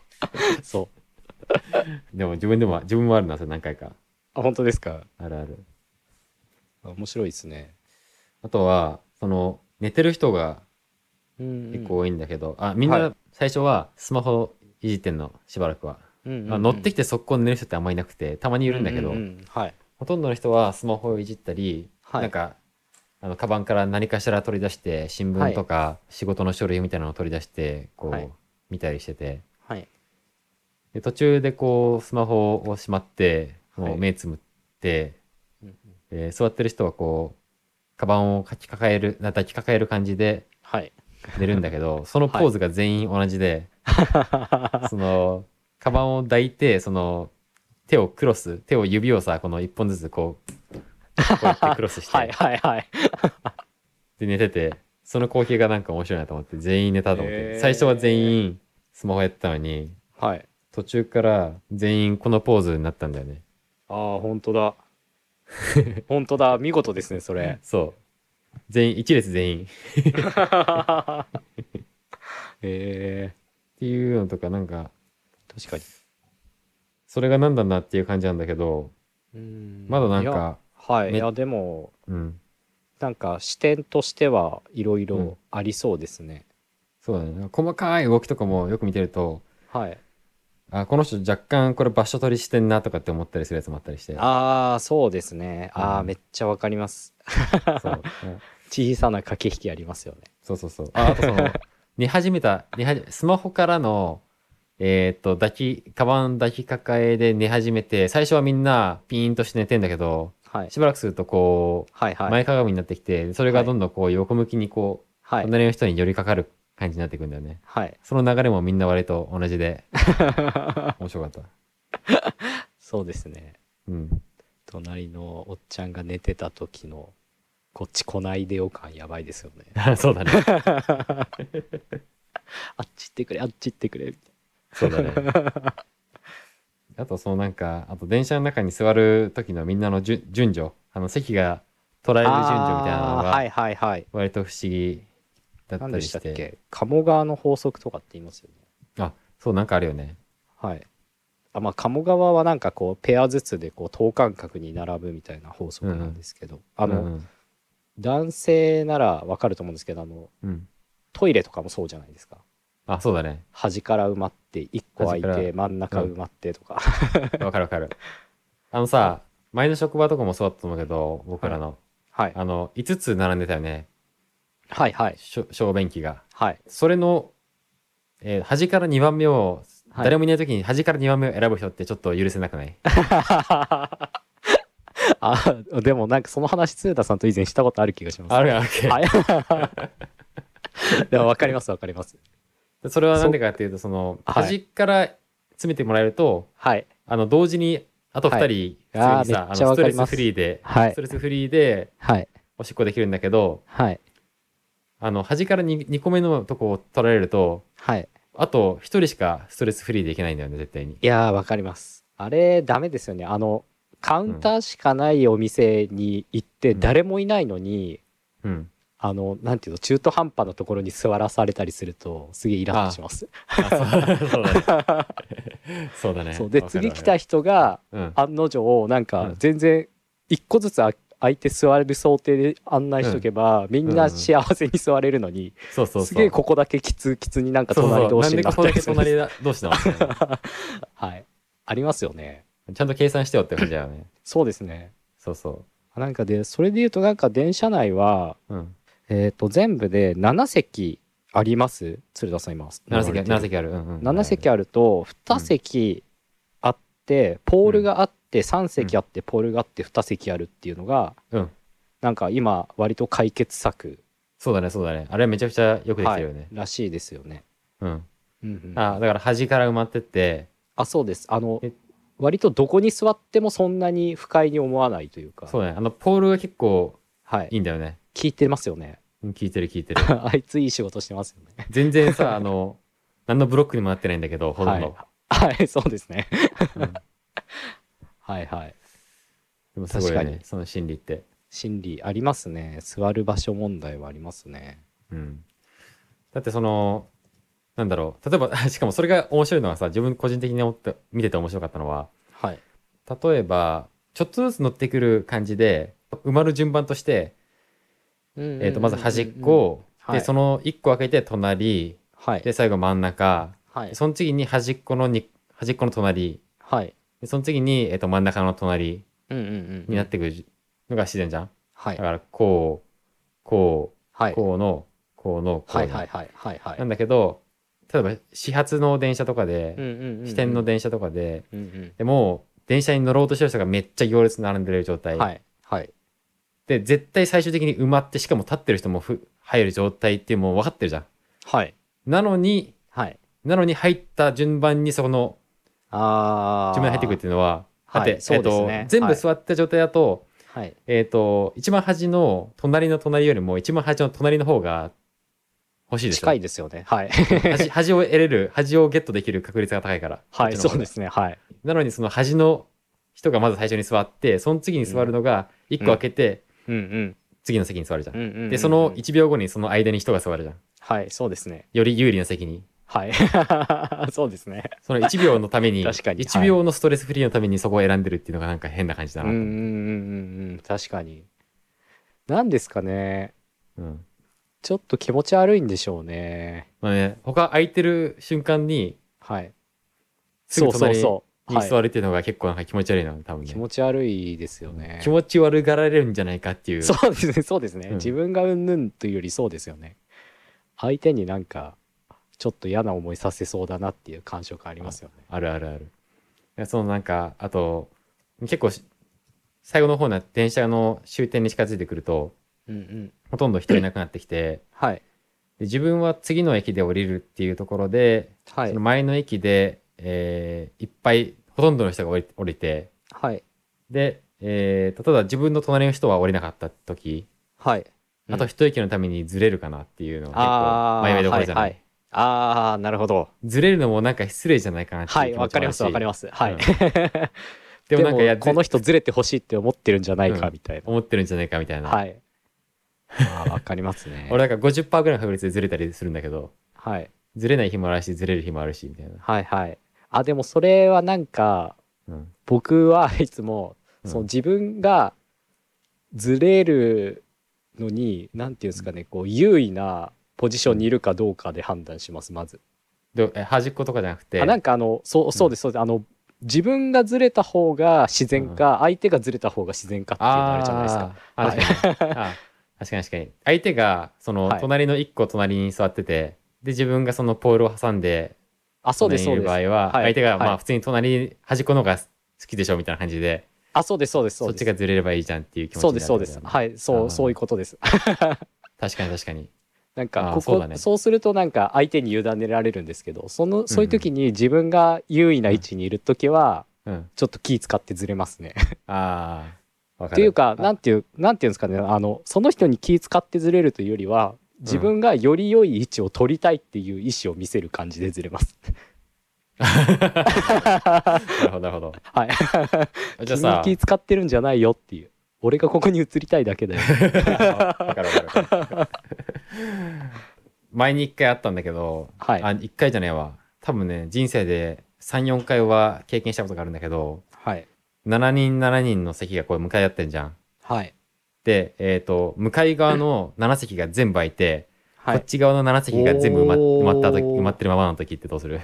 そう。 でも自分でも自分もあるなそれ何回かあ、本当ですか。 あるある。 面白いですね。 あとはその寝てる人がうん、うん。 結構多いんだけど、あみんはない最初はスマホいじってんのしばらくは、 うんうんうん、 まあ、乗ってきて速攻寝る人ってあんまりいなくてたまにいるんだけど、 うううんはい。 ほとんどの人はスマホをいじったり、 はいなんかあのカバンから何かしら取り出して新聞とか仕事の書類みたいなのを取り出してこう、 はい見たりしてて、 はい。 で途中でこうスマホをしまってもはいう目つむって、 うんうんで座ってる人はこうカバンをかき抱える抱きかかえる感じではい。 寝るんだけどそのポーズが全員同じで、そのカバンを抱いてその手をクロス手を指をさこの一本ずつこうこうやってクロスして、 はいはいはい。 で寝ててその光景がなんか面白いなと思って全員寝たと思って、 へー最初は全員スマホやってたのにはい。 途中から全員このポーズになったんだよね。 ああ、本当だ。本当だ。見事ですね、それ。 そう全員一列全員っえていうのとかなんかー、確かに。 それが何なんだっていう感じなんだけど、 うんまだなんいやかはい。いめや、でも、 うんなんか視点としてはいろいうんろありそうですね。 そうだね細かい動きとかもよく見てるとはい。 あこの人若干これ場所取りしてんなとかって思ったりするやつもあったりしてああ、そうですね。ああ、 うんめっちゃわかります。 そう小さな駆け引きありますよね。 そうそうそう。あ、あとその、寝始めた、寝はじ、スマホからの、えーっと、抱き、カバン抱きかかえで寝始めて、最初はみんなピーンとして寝てんだけど、 はい。 しばらくするとこう、 はいはい。 前かがみになってきて、それがどんどんこう横向きにこう、 はい。 隣の人に寄りかかる感じになっていくんだよね。 はい。 その流れもみんな割と同じで、面白かった。 そうですね。 うん。 隣のおっちゃんが寝てた時のこっち来ないでよ感やばいですよね。 そうだね。 あっち行ってくれ、あっち行ってくれみたいそうだね。あとそのなんか、あと電車の中に座る時のみんなの順順序、あの席が捉えるな。 順序みたいなのが、 あーはいはいはい。 割と不思議だっ何でしたりしたて。 っけ、鴨川の法則とかって言いますよね。 あ、そう、なんかあるよね。 はい。あ、まあ鴨川はなんかこうペアずつでこう等間隔に並ぶみたいな法則なんですけど、あの、 うん男性ならわかると思うんですけど、あのうん、うん。 トイレとかもそうじゃないですか。 あ、そうだね。 端から埋まっていっこ空い端からて真ん中埋まってとか、 わかるわかる。あのさ、前の職場とかもそうだったと思うけど、僕らの。 はいあの、いつつ並んでたよね。 はいはいしょ小便器が。 はいそれの、えー端からにばんめを、 はい誰もいない時に端からにばんめを選ぶ人ってちょっと許せなくないあ、でもなんかその話、鶴田さんと以前したことある気がします。 あるわけ。 はい。でも分かります分かります。 それはなんでかっていうと、その、 はい端から詰めてもらえると、 はい。 あの、同時に、あとふたり、普通にさ、 あーめっちゃあの、ストレスわかりますフリーで、 はいストレスフリーで、 はい。 おしっこできるんだけど、 はい。 あの端から 2, にこめのとこを取られると、 はいあとひとりしかストレスフリーできないんだよね絶対に。 いやーわかります。あれダメですよね。あのカウンターしかないお店に行って誰もいないのに、 うん、 あのなんていうの中途半端なところに座らされたりするとすげえイラッとします。 あそうそうだねそうだね。 そうで次来た人がうん、 案の定なんか全然一個ずつあ空いて座れる想定で案内しとけば、みんな幸せに座れるのに、 そうそうそうすげえここだけきつきつになんか隣同士になったりするんです。 なんでここだけ隣同士なのはいありますよね。 ちゃんと計算してよって感じだよね。 そうですね。 そうそなんかでそれで言うとなんか電車内は、 う。うん。 えっと全部でなな席あります。鶴田さんいます。 なな席、なな席ある。うんうん。 なな席あるとに席あって、ポールがあってさん席あって、ポールがあってに席あるっていうのが、 うん。 なんか今割と解決策、 そうだね、そうだね。あれめちゃくちゃよくできてるよね。 はい、らしいですよね。 うん。 うんうん、 あ、だから端から埋まってって、 あ、そうです。あのえ割とどこに座ってもそんなに不快に思わないというか。 そうね。あの、ポールが結構はい。 いいんだよね。 聞いてますよね。 うん聞いてる聞いてる。 あいついい仕事してますよね。 全然さ、あの、何のブロックにもなってないんだけど、ほとんど。 はい、はい、そうですね。 うん、 はいはい。 でもすごいよ確かに、 ねその心理って。 心理ありますね。座る場所問題はありますね。 うん。だってその、なんだろう。例えば、しかもそれが面白いのはさ、自分個人的に思って見てて面白かったのは、 はい。 例えば、ちょっとずつ乗ってくる感じで、埋まる順番として、えっと、まず端っこ、で、 はい。 そのいっこ開けて隣、 はい。 で、最後真ん中、 はい。 でその次に端っこのに、端っこの隣、 はい。 で、その次に、えっと、真ん中の隣うんうんうんうん。 になってくるのが自然じゃん。 はい。 だから、こう、こう、 はい。 こうの、こうの、こうの。 はいはいはいはいはい。 なんだけど、例えば始発の電車とかうんで、 うんうんうん。 支店の電車とかで、 うんうん。 でもう電車に乗ろうとしてる人がめっちゃ行列並んでる状態。 はいはいで、絶対最終的に埋まって、しかも立ってる人もふ入る状態っていうもう分かってるじゃん。 はいなのに、 はい。 なのに入った順番にそこのあ順番に入ってくるっていうのは、だって、 はいそうですねえっと、全部座った状態だと、 あ、はいえっと、一番端の隣の隣よりも一番端の隣の方が欲しいでしょ。 近いですよね。はい端、端を得れる、端をゲットできる確率が高いから。 はい、 こっちの方がそうですね。はい。 なのにその端の人がまず最初に座って、その次に座るのがいっこ開けて、 うんうん次の席に座るじゃん。 うんうんうんうん。 で、そのいちびょうごにその間に人が座るじゃん。 はい、そうですね。 より有利な席に。 はいそうですね。 そのいちびょうのために、 確かにいちびょうのストレスフリーのためにそこを選んでるっていうのがなんか変な感じだなと思って。 うんうんうんうんうん。確かに。なんですかね。 うん。 ちょっと気持ち悪いんでしょうね。 まあね、他空いてる瞬間に、 はい。 すぐそうそう隣そう。 に座るっていうのが結構なんか気持ち悪いな、多分ね。 気持ち悪いですよね。 気持ち悪がられるんじゃないかっていう。 そうですね、そうですね。 うん自分がうんぬんというよりそうですよね。相手になんか、ちょっと嫌な思いさせそうだなっていう感触ありますよね。 あるあるある。いやそのなんか、あと、結構し最後の方な電車の終点に近づいてくると、 うんうん。 ほとんど人いなくなってきて、 はい。 で自分は次の駅で降りるっていうところで、 はいその。前の駅で、えーいっぱい、ほとんどの人が降り降りて、 はい。 で、えーと、ただ自分の隣の人は降りなかった時、 はい。 あと一駅のためにずれるかなっていうのが結あー構迷いどころじゃない。 はいはい。ああ、なるほど。 ずれるのもなんか失礼じゃないかなってはいい、 う気わかります、 持ちもあるし。 わかります。はい。 うんでもでもなんかいや、 この人ずれてほしいって思ってるんじゃないうんかみたいな。 思ってるんじゃないかみたいな。 はい。あーわかりますね。 俺なんかごじゅっパーセントぐらいの確率でずれたりするんだけど、 はい。 ずれない日もあるし、ずれる日もあるし、みたいな。 はいはい。あ、でもそれはなんか、 うん。 僕はいつも、 うんその自分がずれるのに、なんていうんですかね、こう、優位なポジションにいるかどうかで判断します、まず。 で、え端っことかじゃなくて、 あ、なんかあの、そう、そうです、そうです。あの、自分がずれた方が自然か、相手がずれた方が自然かっていうのあるじゃないですか。 あーあ確かに。あ確かに確かに。相手が、その、 はい隣の一個隣に座ってて、で、自分がそのポールを挟んで、 あ、そうです、そう隣です。 にいる場合は、 はい相手が、まはいあ、普通に隣、端っこの方が好きでしょ、みたいな感じで、 あ、そうです、そうです、そです。 そうっちがずれればいいじゃんっていう気持ちそうです、 になそうです。 るわけだね。 はい、そう、 あーそういうことです。 確かに確かに。 なんか、 あーここ、 そうだねそうするとなんか相手に委ねられるんですけど、その、そういう時に自分が優位な位置にいる時は、 うん。 ちょっと気使ってずれますね。 ああ、わかる。 っていうか、 あなんていう、なんていうんですかね、あの、その人に気使ってずれるというよりは、 自分がより良い位置を取りたいっていう意思を見せる感じでずれます。 なるほどなるほど。 はい。 じゃあさ、 君気使ってるんじゃないよっていう。俺がここに移りたいだけだよ。 わかるわかる。前に一回あったんだけど、 はい。 あ、一回じゃねえわ。多分ね、人生でさん、よんかいは経験したことがあるんだけど、 はい。 しちにんしちにんの席がこう向かい合ってんじゃん。 はい。 で、えっと、向かい側のなな席が全部空いて、 はい。 こっち側のなな席が全部埋ま埋まった時、埋まおー。 ってるままの時ってどうする？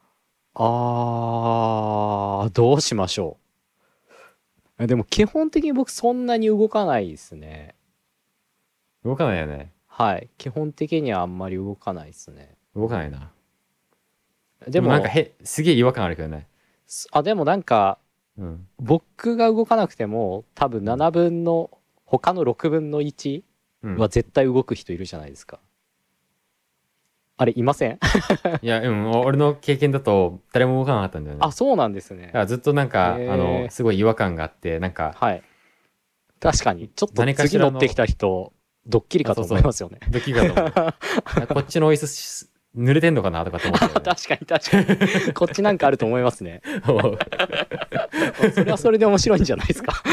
あー、どうしましょう。でも基本的に僕そんなに動かないですね。 動かないよね。 はい。基本的にはあんまり動かないですね。 動かないな。ででも、 もなんかへ、すげえ違和感あるけどね。 すあ、でもなんか、 うん。 僕が動かなくても多分ななぶんの、他のろくぶんのいちうん。 は絶対動く人いるじゃないですか。あれ、いません？ いや、うん、俺の経験だと誰も動かなかったんだよね。 あ、そうなんですね。 だからずっとなんか、あの、 へー。 すごい違和感があって、なんか、 はい。確かに。ちょっと何かしらの、 次乗ってきた人、ドッキリかとあそうそう、 思いますよね。 ドキだと思う。こっちの椅子し濡れてんのかなとかって思ったよね。 確かに確かに。こっちなんかあると思いますね。 そう。 それはそれで面白いんじゃないですか。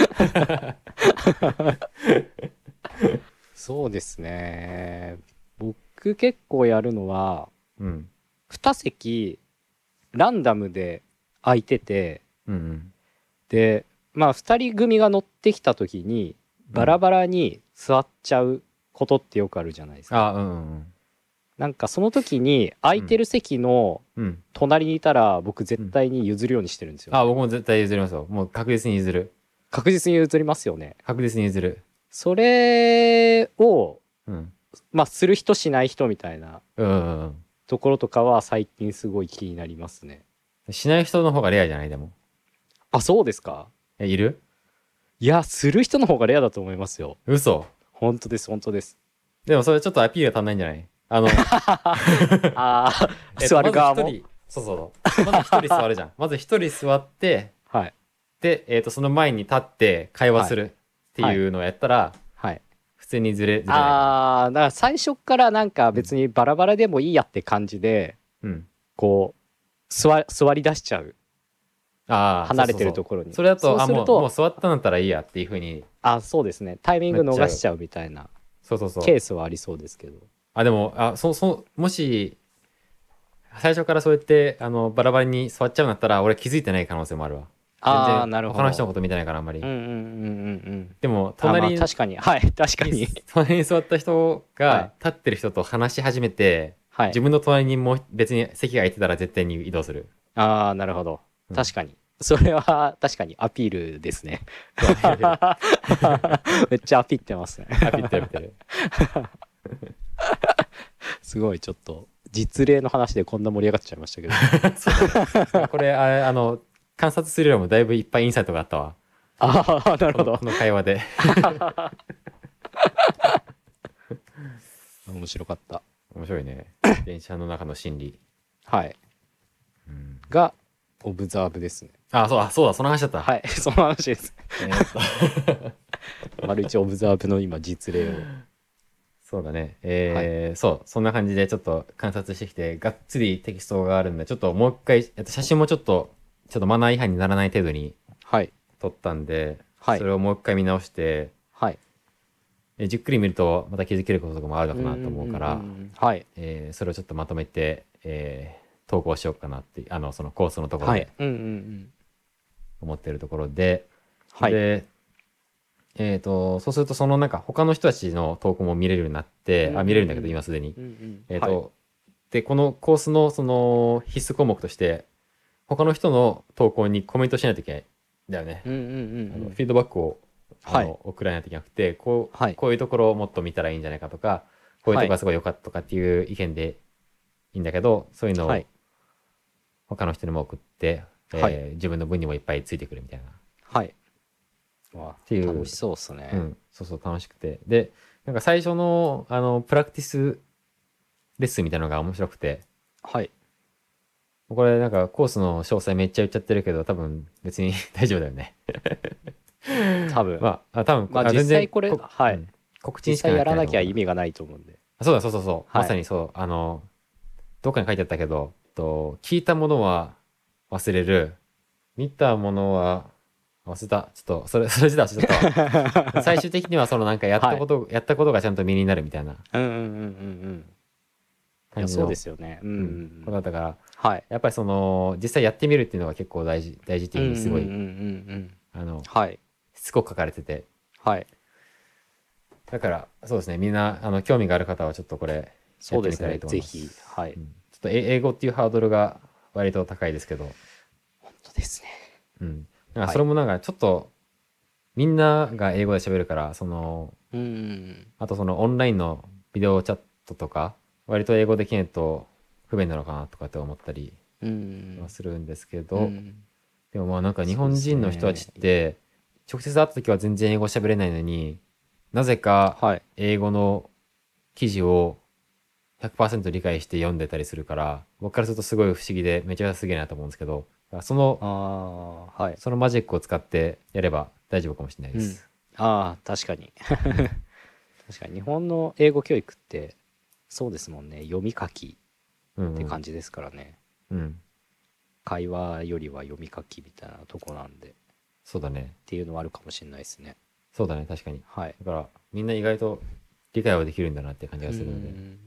そうですね。僕結構やるのは、 うん。 に席ランダムで空いてて、 うんうん。 で、まあふたり組が乗ってきた時にバラバラに座っちゃうことってよくあるじゃないですか。 あ、うんうんなんかその時に空いてる席のうん。うん。 隣にいたら僕絶対に譲るようにしてるんですよね。 あ、僕も絶対譲りますよ。もう確実に譲る。 確実に譲りますよね。 確実に譲る。 それを、 うん。 まあする人しない人みたいなうんうんうん。 ところとかは最近すごい気になりますね。 しない人の方がレアじゃないでも。 あ、そうですか。 え、いる？ いや、する人の方がレアだと思いますよ。 嘘。 本当です、本当です。 でもそれちょっとアピールが足んないんじゃない？あの、 ああ、 えっと、 座まる側も。 ず一人、そうそうそう。まず一人座るじゃん。まず一人座って、 はい。 で、えっと、その前に立って会話はい。 するってはい。 いうのをやったら、 はい。 普通にずれ、ずれないかな。 ああ、だから最初からなんかうん。 別にバラバラでもいいやって感じで、 うん。 こう、座、座り出しちゃう。 ああ、そう離れてるそうそう。 ところに。そうそれだと、あ、もう、もうすると、 座ったんだったらいいやっていう風にあ、そうですね。タイミングなっちゃう。 逃しちゃうみたいなそうそうそう。 ケースはありそうですけど。 あ、でも、あ、そ、そ、もし、最初からそうやって、あの、バラバラに座っちゃうんだったら、俺気づいてない可能性もあるわ。全ああ、 然、 なるほど。 他の人のこと見てないから、あんまり。 うんうんうんうんうん。 でも、 あ、まあ隣確かに。はい、確かに、 に。 隣に座った人が、 はい。 立ってる人と話し始めて、 はい。 自分の隣にもう別に席が空いてたら絶対に移動する。 ああ、なるほど。 うん。 確かに。それは確かにアピールですね。 そう、アピール。 めっちゃアピってますね。 アピってるアピってる。 すごいちょっと実例の話でこんな盛り上がっちゃいましたけど。 そうだね。これ、あれ、あの、観察するよりもだいぶいっぱいインサイトがあったわ。 ああ、なるこの、 ほど。 この会話で。 面白かった。 面白いね。電車の中の心理。 はい。 うん。 が、オブザーブですね。 あ、そうだ、そうだ、その話だった。 はい、その話です。 えーっと丸一オブザーブの今実例を。 そうだね。 はい。 えー、そう、そんな感じでちょっと観察してきて、がっつりテキストがあるんで、ちょっともう一回、えっと、写真もちょっと、ちょっとマナー違反にならない程度にはい。 撮ったんで、 はい。 それをもう一回見直して、 はい。 えじっくり見るとまた気づけることとかもあるのうんうんかなと思ううんうから、 ん。はい。 えーそれをちょっとまとめて、えー投稿しようかなって、あの、そのコースのところはい。 でうんうんうん。 思ってるところで、 はい。 で、えっと、そうするとそのなんか他の人たちの投稿も見れるようになって、あ、 うんうん見れるんだけどうん。 今すでに。 うんうん。はい。 えっと、で、このコースのその必須項目として、他の人の投稿にコメントしないといけないんだよね。 うんうんうんうあの、フん。 ィードバックを、あはい。 の、送らないといけなくて、こう、 はい。 こういうところをもっと見たらいいんじゃないかとか、こういうとはい。 ころがすごい良かったとかっていう意見でいいんだけど、そういうのをはい。 他の人にも送って、 はい。 えー自分の分にもいっぱいついてくるみたいな。っはい。わ、 ていう、 楽しそうっすね。 うん、そうそう楽しくて。で、なんか最初の、あの、プラクティスレッスンみたいなのが面白くて、 はい。 これなんかコースの詳細めっちゃ言っちゃってるけど、多分別に大丈夫だよね。 多分。 まあ、あ、多分、 まああ、全然実際これ、 こ、 はい。 うん、告知実にしかなっ際やらなてないと思うから。 きゃ意味がないと思うんで。 あそうだ、そうそうそう。 はい。 まさにそう。あの、どっかに書いてあったけど、と、聞いたものは忘れる。見たものは忘れた。ちょっと、それ、それ自体忘れちゃったわ。最終的にはそのなんかやったはい。 こと、やったことがちゃんと身になるみたいなうんうんうんうんうん。いや、そうで感じの、 すよね。うんうんううん、ことだっん。 たから、 はい。 やっぱりその、実際やってみるっていうのが結構大事、大事ってうんうんうんうんういうふうにすごい、 ん。 あの、 はい。 しつこく書かれてて。 はい。 だから、そうですね。みんな、あの、興味がある方はちょっとこれ、やってみたらいいそうですね。 と思いまぜひ。 す。 はい。 うん、ちょっとえ英語っていうハードルが割と高いですけど、 本当ですね。 うん。なんかはい。 それもなんかちょっと、みんなが英語で喋るから、その、 うんうんあとそのオンラインのビデオチャットとか、割と英語できないと不便なのかなとかって思ったりうん。うんはするんですけど、 うん。 でもまあなんか日本そうです人の人たちね。 って、直接会った時は全然英語喋れないのに、なぜかはい。 英語の記事をひゃくパーセント理解して読んでたりするから、僕からするとすごい不思議でめちゃくちゃすげえなと思うんですけど、その、 ああ、はい。 そのマジックを使ってやれば大丈夫かもしれないでうん。 す。 ああ、確かに。 うん。 確かに日本の英語教育ってそうですもんね。読み書きってうんうん。 感じですからね。 うん。 会話よりは読み書きみたいなとこなんでっそうだね。 ていうのはあるかもしれないですね。 そうだね。確かに。 はい。 だから、みんな意外と理解はできるんだなって感じうーがするので。 ん。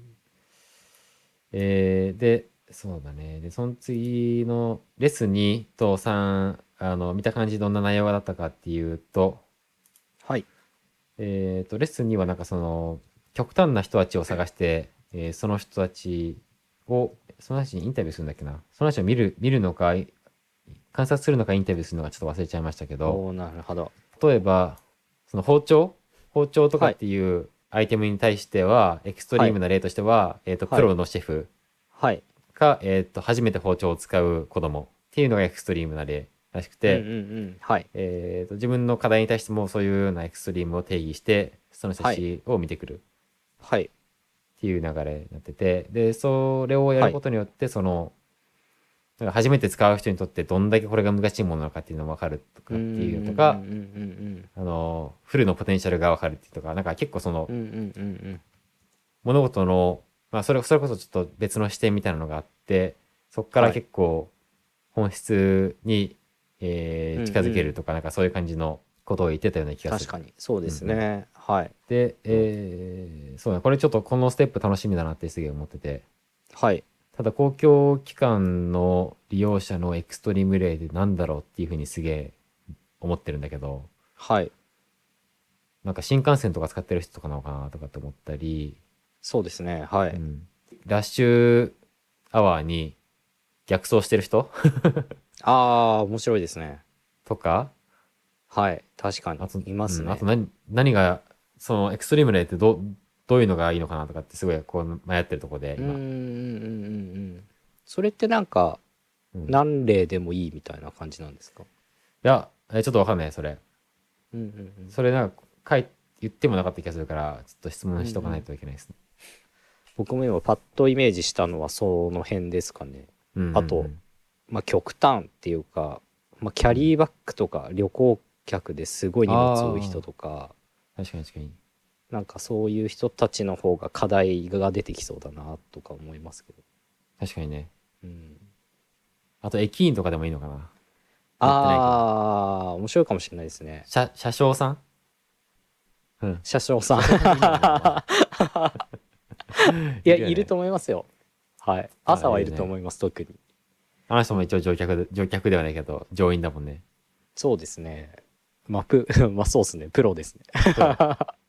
えー、で、そうだね。で、その次のレッスンにとさん、あの、見た感じどんな内容だったかっていうと、 はい。 えっと、レッスンにはなんかその、極端な人たちを探して、えーその人たちを、その人たちにインタビューするんだっけな。その人を見る、見るのか、観察するのかインタビューするのかちょっと忘れちゃいましたけど、 おお、なるほど。 例えば、その包丁包丁とかっはい。 ていうアイテムに対しては、エクストはい。 リームな例としては、えっと、プはい。 ロのシェフはい。 か、えっと、初めて包丁を使う子供っていうのがエクストリームな例らしくうんうんうて、 ん。はい。 えっと、自分の課題に対してもそういうようなエクストリームを定義して、その人たはい。 ちを見てくるはい。 っていう流れになってて、で、それをやはい。 ることによって、その、なんか初めて使う人にとってどんだけこれが難しいものなのかっていうのが分かるとうんうんうんかっていうのが、 うんあの、フルのポテンシャルが分かるっていうとか、なんか結構その、 うんうんうんうんうんうん物事の、まあそれ、それこそちょっと別の視点みたいなのがあって、そこからはい。 結構本質に、えうんうー近づけるん。 とか、なんかそういう感じのことを言ってたような気がする。 確かにそうでうんうん。 すね。はい。 で、えーそうだね、これちょっとこのステップ楽しみだなってすげえ思ってて、 はい。 ただ公共機関の利用者のエクストリーム例でなんだろうっていうふうにすげえ思ってるんだけど、 はい。 なんか新幹線とか使ってる人とかなのかなとかって思ったり、 そうですね。はい。 うん。ラッシュアワーに逆走してる人ああ、面白いですね。 とか、 はい。確かに。 あと、 いまうん、あとすね。 何、何が、そのエクストリーム例ってど、どういうのがいいのかなとかってすごいこう迷ってるところで、 うんうんうん今。 うんうん。それってなんか、 うん。い何例でもいいみたいな感じなんですか？ や、え、ちょっとわかんない、それ。 うんうんそれなんか、書い、言ってもなかった気がするから、ちょっと質うん。うん問しとかないうん。 といけないですね。 僕も今パッとイメージしたのはその辺ですかね。 うんうあと、 んまあ極端っていうか、まあキャうん。うん。 リーバッグとか旅行客ですごい荷物多い人あとか、 あ、確かに確かに。 なんかそういう人たちの方が課題が出てきそうだなとか思いますけど。 確かにね。 うん。 あと駅員とかでもいいのかな。やってないけど。 あー、面白いかもしれないですね。 車、車掌さん。うん。 車掌さん。 車掌さんでいいのかな。 いや、 いるよね。 いると思いますよ。はい。 あ、 朝はいいるよね。 ると思います、特に。 あの人も一応乗客で、乗客ではないけど、乗員だもんね。 そうですね。まあ、プ、まあそうですね。プロですね。 プロ。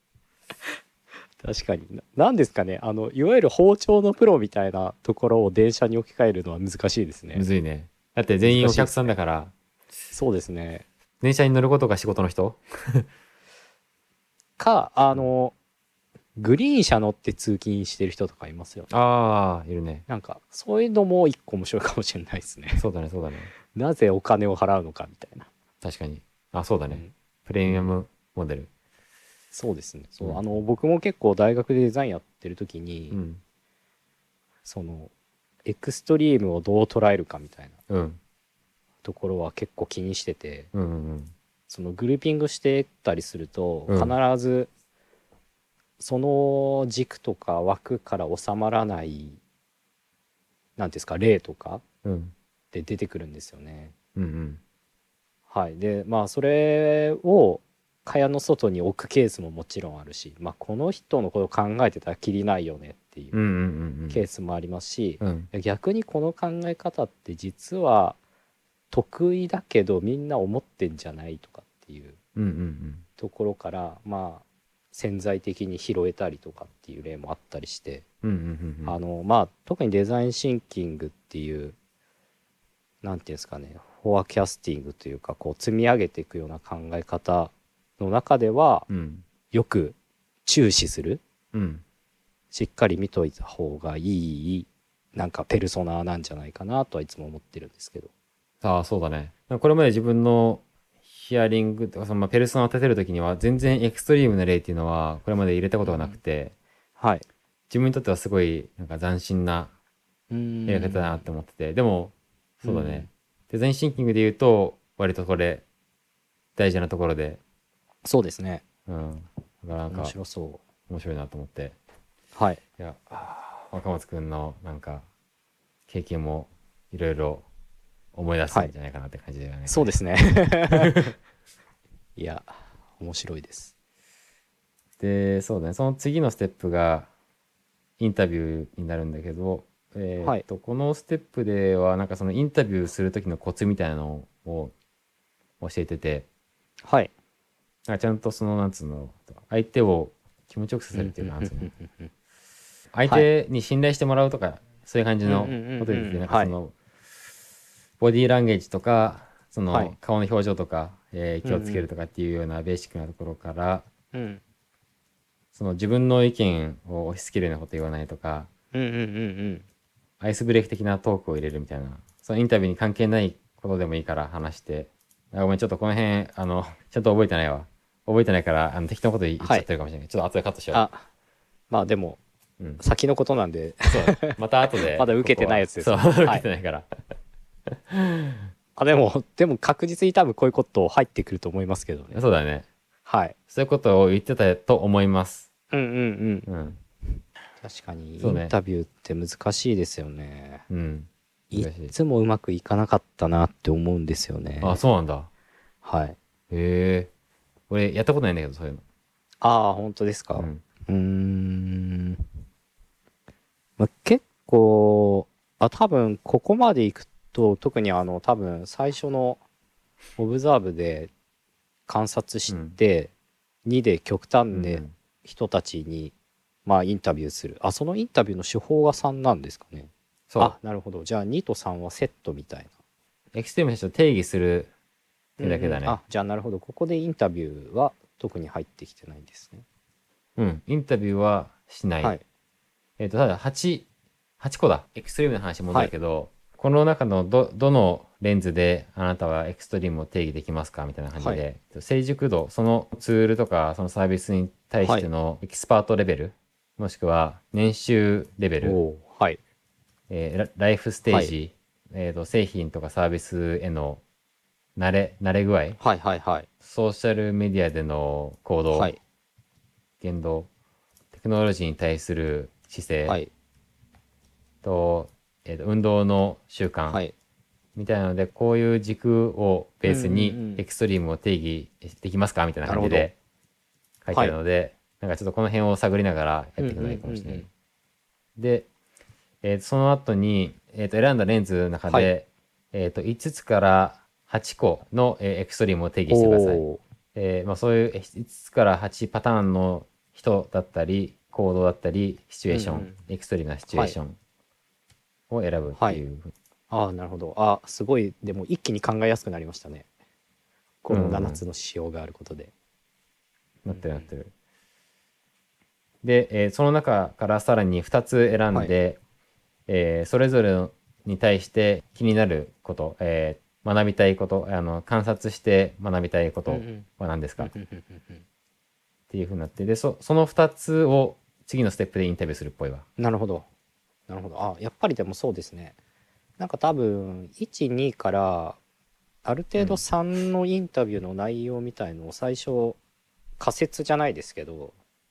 確かに。な、なんですかね。あの、いわゆる包丁のプロみたいなところを電車に置き換えるのは難しいですね。 むずいね。だって全員難お客さんだしいですね。 から、 そうですね。 電車に乗ることが仕事の人。 か、あうん。 の、グリーン車乗って通勤してる人とかいますよね。 ああ、いるね。 なんか、そういうのも一個面白いかもしれないですね。 そうだね、そうだね。 なぜお金を払うのかみたいな。 確かに。あ、そうだね。 うん。 プレうん。 ミアムモデル。 そうですね。そう、あうん。 の、僕も結構大学でデザインやってる時に、 うん。 その、エクストリームをどう捉えるかみたいなうん。 ところは結構気にしてて、 うん。うん。 そのグルーピングしてたりすると、必うん。 ず、 その軸とか枠から収まらないなんていうんですか例とかうんで出てくるんですよね。 うんうんはい、でまあそれを蚊帳の外に置くケースももちろんあるし、まあ、この人のことを考えてたらきりないよねっていううんうんケースもありますし、 うんうん逆にこの考え方って実は得意だけどみんな思ってんじゃないとかっていううんうんところからまあ潜在的に拾えたりとかっていう例もあったりして、 うんうんうんあのまあ特にデザインシンキングっていうなんていうんですかねフォアキャスティングというかこう積み上げていくような考え方の中ではうんよく注視するうんしっかり見といた方がいいなんかペルソナなんじゃないかなとはいつも思ってるんですけど。 ああ、そうだね。これまで自分のヒアリングとか、そのまあペルソナを立てるときには、全然エクストリームな例っていうのは、これまで入れたことがなくて、 はい。 自分にとってはすごい、なんか斬新なうーんやり方だなって思ってて、でも、そうだうんね。デザインシンキングで言うと、割とこれ、大事なところで、 そうですね。 うん。だからなん面か、 白そ面白いなと思って。 う。はい。 いや、あー若松くんの、なんか、経験も、いろいろ思い出すはい。 んじゃないかなって感じだよね、これ。 そうですね。いや、面白いです。 で、そうだね。その次のステップがインタビューになるんだけど、えーっはい。 と、このステップでは、なんかそのインタビューする時のコツみたいなのを教えてて、 はい。 なんかちゃんとその、なんつうの、相手を気持ちよくさせるっていうか、なんつうの、相はい。 手に信頼してもらうとか、そういう感じのうんうんうんことで言ってて、 うん。はい。 なんかその、ボディーランゲージとか、そはい。 の顔の表情とか、えー気をつけるうんとかっていうようなベーシックなところから、 うん。うん。 その自分の意見を押し付けるようなこと言わないとか、 うんうんうんうん。 アイスブレイク的なトークを入れるみたいな、そのインタビューに関係ないことでもいいから話して、あ、ごめん、ちょっとこの辺、あの、ちゃんと覚えてないわ。覚えてないから、あの、適当なこと言っちはい。 ゃってるかもしれない。ちょっと後でカットしよあ、まあでも、 う。うん。 先のことなんでそう。また後で、 まだ受けてないやここは、そう、 つですね。 受はい。 けてないから。 あ、でも、でも確実に多分こういうこと入ってくると思いますけどね。 そうだね。 はい。 そういうことを言ってたと思います。 うんうんうん。 うん。 確かに、 そうね。 インタビューって難しいですよね。 うん。 いっ難しい。 つもうまくいかなかったなって思うんですよあ、 ね。 そうなんだ。 はい。 へえ。俺、やったことないんだけど、そういうの。 ああ、本当ですか。 うん。 うーん。まあ、結構、あ、多分ここまでいくと、特にあの、多分最初のオブザーブで観察しうん。 て、にで極端でうん。 人たちに、まあインタビューする。あ、そのインタビューの手法がさんなんですかね。あ、 そなるほど。じゃあにとさんはセットみたいな。 う。エクストリームの人を定義するってうんうん。 だけだね。 あ、じゃあなるほど。ここでインタビューは特に入ってきてないんですね。 うん。インタビューはしない。 はい。 えっと、ただはち、はちこだ。エクストリームの話戻はい。 るけど、この中のど、どのレンズであなたはエクストリームを定義できますかみたいな感じはい。 で、成熟度、そのツールとかそのサービスに対しはい。 てのエキスパートレベル、もしくは年収レベル、 おお。はい。 えーラライフステーはい。 ジ、えーと、製品とかサービスへの慣れ、慣れ具合、 はいはいはい。 ソーシャルメディアでの行動、 はい。 言動、テクノロジーに対する姿勢はい。 と、えーと、運動の習慣はい。 みたいなので、こういう軸をベーうんうんうスにエん。 クストリームを定義できますかみたいななるほど。 感じで書いてはい。 あるので、なんかちょっとこの辺を探りながらやうんうんっていくのがいいかもしれない。 うんうん。 で、えーとその後に、えーと選んだレンズの中はい。 で、えーといつつからはちこの、えーエクストリームを定義おしてください。 お。 えーまあ、そういうえーいつつからはちパターンの人だったり、行動だったり、シチュエーション、 うんうん。 エクストリームなシチュエはい。 ーションを選ぶっはい。 ていう。 ああ、なるほど。あ、すごい、でも一気に考えやすくなりましたね。この7 うんうん。 つの仕様があることで。 なっうんうん。 てるなってる。で、えーその中からさらにふたつ選はい。 んで、えーそれぞれに対して気になること、えー学びたいこと、あの、観察して学びたいことうんうん。 は何ですかっうんうんうんうんうん。 ていうふうになって、で、そ、そのふたつを次のステップでインタビューするっぽいわ。 なるほど。なるほど。あ、やっぱりでもそうですね。なんか多分、いち、にからある程度うん。 さんのインタビューの内容みたいのを最初仮説じゃないですけど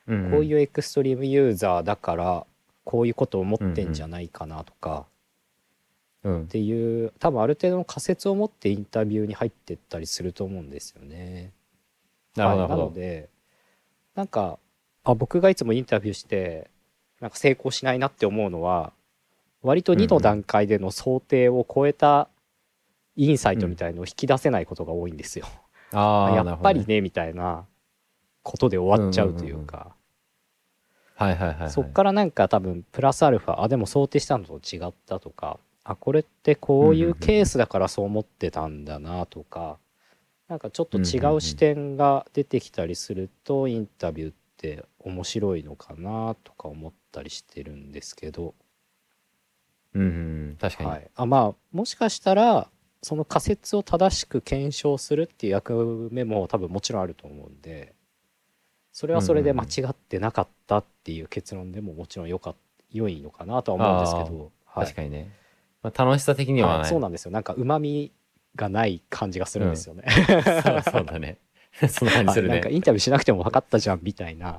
うんうん、 こういうエクストリームユーザーだからこういうことを思ってんじゃないかなとか、 うんうん、 っていう多分ある程度の仮説を持ってインタビューに入ってったりすると思うんですよね。 なるほど、 はい、ななるほど。 のでなんかあ僕がいつもインタビューしてなんか成功しないなって思うのは割とにのうんうん。 段階での想定を超えたインサイうん。 トみたいのを引き出せないことが多いんですよ。あああ、 やっなるほどね。 ぱりねみたいなことで終うんうわっちゃうとんうんうん。 いうか、 はいはいはいはい。 そっからなんか多分プラスアルファあでも想定したのと違ったとか、あこれってうんうんこういうケーうんスだからそう思ってたんだなとか、なんかちょっとうん。うん違うんうん。 う視点が出てきたりするとインタビューって面白いのかなとか思ったりしてるんですけど、 うんうんうん。確かに。 はい、あまあもしかしたらその仮説を正しく検証するっていう役目も多分もちろんあると思うんで、それうんうんうはそれで間違ん。 ってなかったっていう結論でももちろんよかっ良いのかなとは思うんですけああ、 ど、はい、 確かにね。まあ、楽しさ的にはい、 はね。 そうなんですよ。なんか旨味がない感じがすうん。 るんですよね。 そう、そうだね。そんな感じはい、 するね。 なんかインタビューしなくても分かったじゃんみたいな。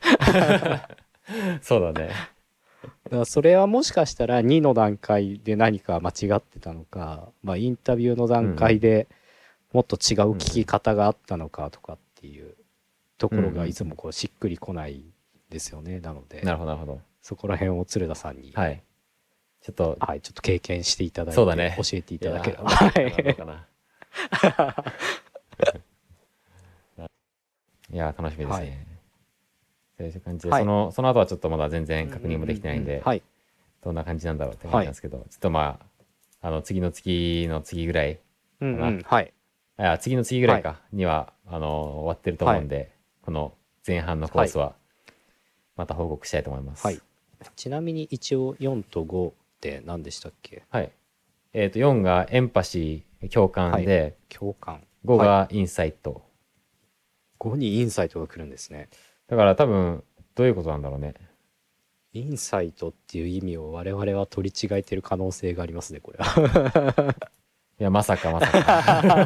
そうだね。 だからそれはもしかしたらにの段階で何か間違ってたのか、まあ、インタビューの段うんうん。 階でもっと違う聞きうんうん。 方があったのかとかっていうとうんうころがいんうん。 つもこうしっくりこないですよね。なのでなるほど、なるほど。 そこら辺を鶴田さんに、 はい。ちょっと、 はい、ちょっと経験していただいそうだね。 て教えていいや、 ただければ。 うまくいくかな、どうはいかな。いや、楽しみですはいね。そういう感じで、 はい。 その、その後はちょっとまだ全然うんうんう確認もできてないんで、 んうん。はい。 どんな感じなんだろうって感はい。 じなんですけど、ちょっとまあ、あの、次の月の次ぐらいかな。 うんうん。はい。 あ、次の次ぐらはい。 いか、には、あの、終わってるとはい。 思うんで、この前半のコはい。 ースは、また報告したいと思いまはい。 す。 ちなみに一応よんとごって何でしたっけ？ はい。えっと、よんがエンパシー、共はい。 感で、 共感。 ごはい。 がインサイト。 ごにインサイトが来るんですね。 だから多分、どういうことなんだろうね。 インサイトっていう意味を我々は取り違えてる可能性がありますね、これは。 いや、まさかまさか。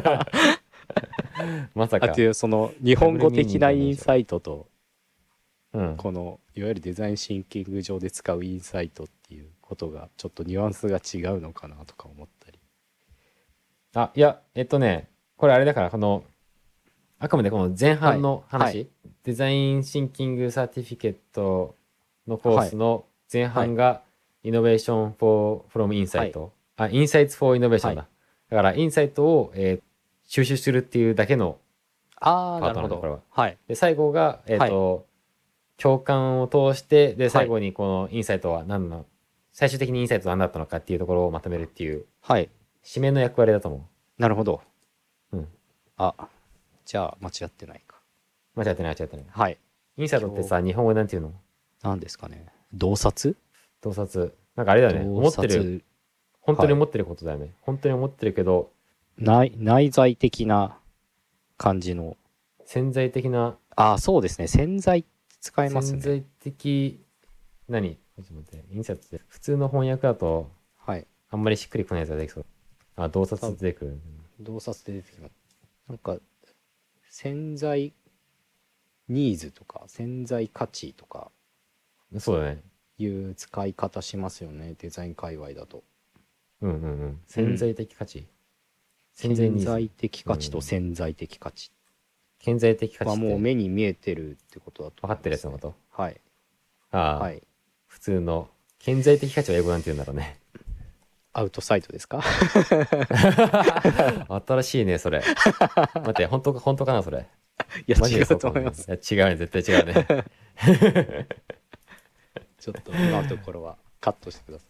まさあ、ってか。 いうその日ダブ本語ルミーニング的なインじゃないでしょ。 サイトと、 うん。 このいわゆるデザインシンキング上で使うインサイトっていうことがちょっとニュアンスが違うのかなとか思ったり。 あ、いや、えっとね、これあれだから、この、あくまでこの前半はい。はい。 の話、デザインシンキングサーティフィケットのコーはい。 スの前はい。 半が Innovation for, from はい。 Insight。あ、Insights for は Innovation い。 だ。だから、インサイトを、えー収集するっていうだけのああ、 パートなんで、こなるほど。 れは。 はい。 で、最後が、えっはい。 と、共感を通して、で、 はい。 最後にこのインサイトは何の、最終的にインサイトは何だったのかっていうところをまとめるっていう、 はい。 締めの役割だと思なるほど。 う。うん。 あ、じゃあ間違ってないか。 間違ってない、間違ってない。 はい。 インサイトって今日、 さ、日本語なんていうの？ 何ですかね。洞察洞察。なんかあれだよね。 洞思ってる、 察。はい。 本当に思ってることだよね。本当に思ってるけど、 内、内在的な感じの。 潜在的な、 ああ、そうですね。潜在って使えますね。 潜在的、何ちょっと待って、インサイトって、普通の翻訳だと、 はい。 あんまりしっくりこないやつができそう。あ、洞察多分出てくる。 洞察で出てきます。なんか、潜在ニーズとか、潜在価値とかそうだね。 いう使い方しますよね。デザイン界隈だと。 うんうんうん。潜在うん。 的価値。潜在ニーズ。 潜在的価値とうん。 潜在的価値潜在的価値はもうって目に見えてるってことだと分かって思いますね。 るやつのこと？ はい。 ああ、 はい。 普通の、潜在的価値は英語なんて言うんだろうね。 アウトサイトですか？ 新しいね、それ。待って、本当か、本当かな、それ。 いや、 マジで違うそうかもしれない。いと思います。 や、違うね、絶対違うね。 ちょっと今のところはカットしてくださ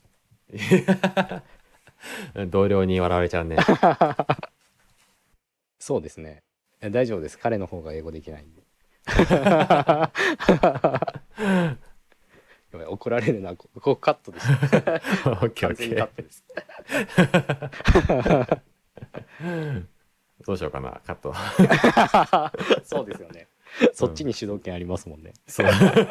同僚に笑われちゃうね。 い。そうですね。大丈夫です。彼の方が英語できないんで。やばい、怒られるな。ここカットです。 オッケーオ完全にカッッケトです。 ー。どうしようかな、カット。 そうですよね。そっちうん。 に主導権ありますもんね。 そう。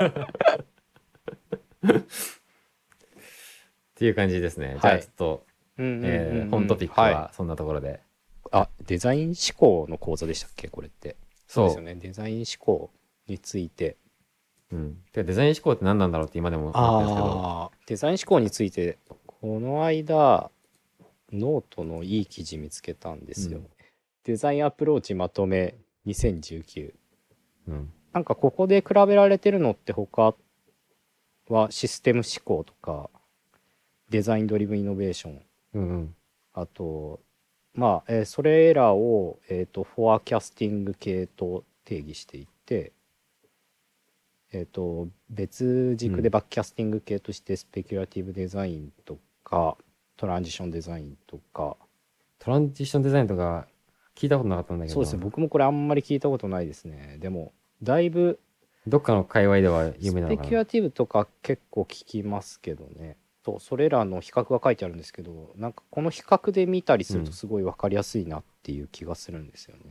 っていう感じですね。じゃあ、ちはい。 ょっと、 うんうんうんえー本トうん。 ピックはい。 はそんなところで。 あ、デザイン思考の講座でしたっけこれって。そうですよそね。デザイン思考についてうん。てかデザイン思考って何なんだろうって今でも思ってるんですけど。 ああ、デザイン思考について、この間、ノートのいい記事見つけたんですよ。 うんデザインアプローチまとめにせんじゅうきゅう。 うん。 なんかここで比べられてるのって他はシステム思考とか、デザインドリブンイノベーション、 うんうん。 あと、まあ、えーそれらを、えっと、フォアキャスティング系と定義していて、えっと、別軸でバックキャスティング系としてスペキュラティブデザインとか、トランジションデザインとか、 トランジションデザインとか聞いたことなかったんだけどな。 そうですね、僕もこれあんまり聞いたことないですね。でも、だいぶ、 どっかの界隈では有ス名なのかな。 ペキュラティブとか結構聞きますけどね。と、それらの比較が書いてあるんですけど、なんかこの比較で見たりするとすごい分かりやすいなっていう気がするんですよね。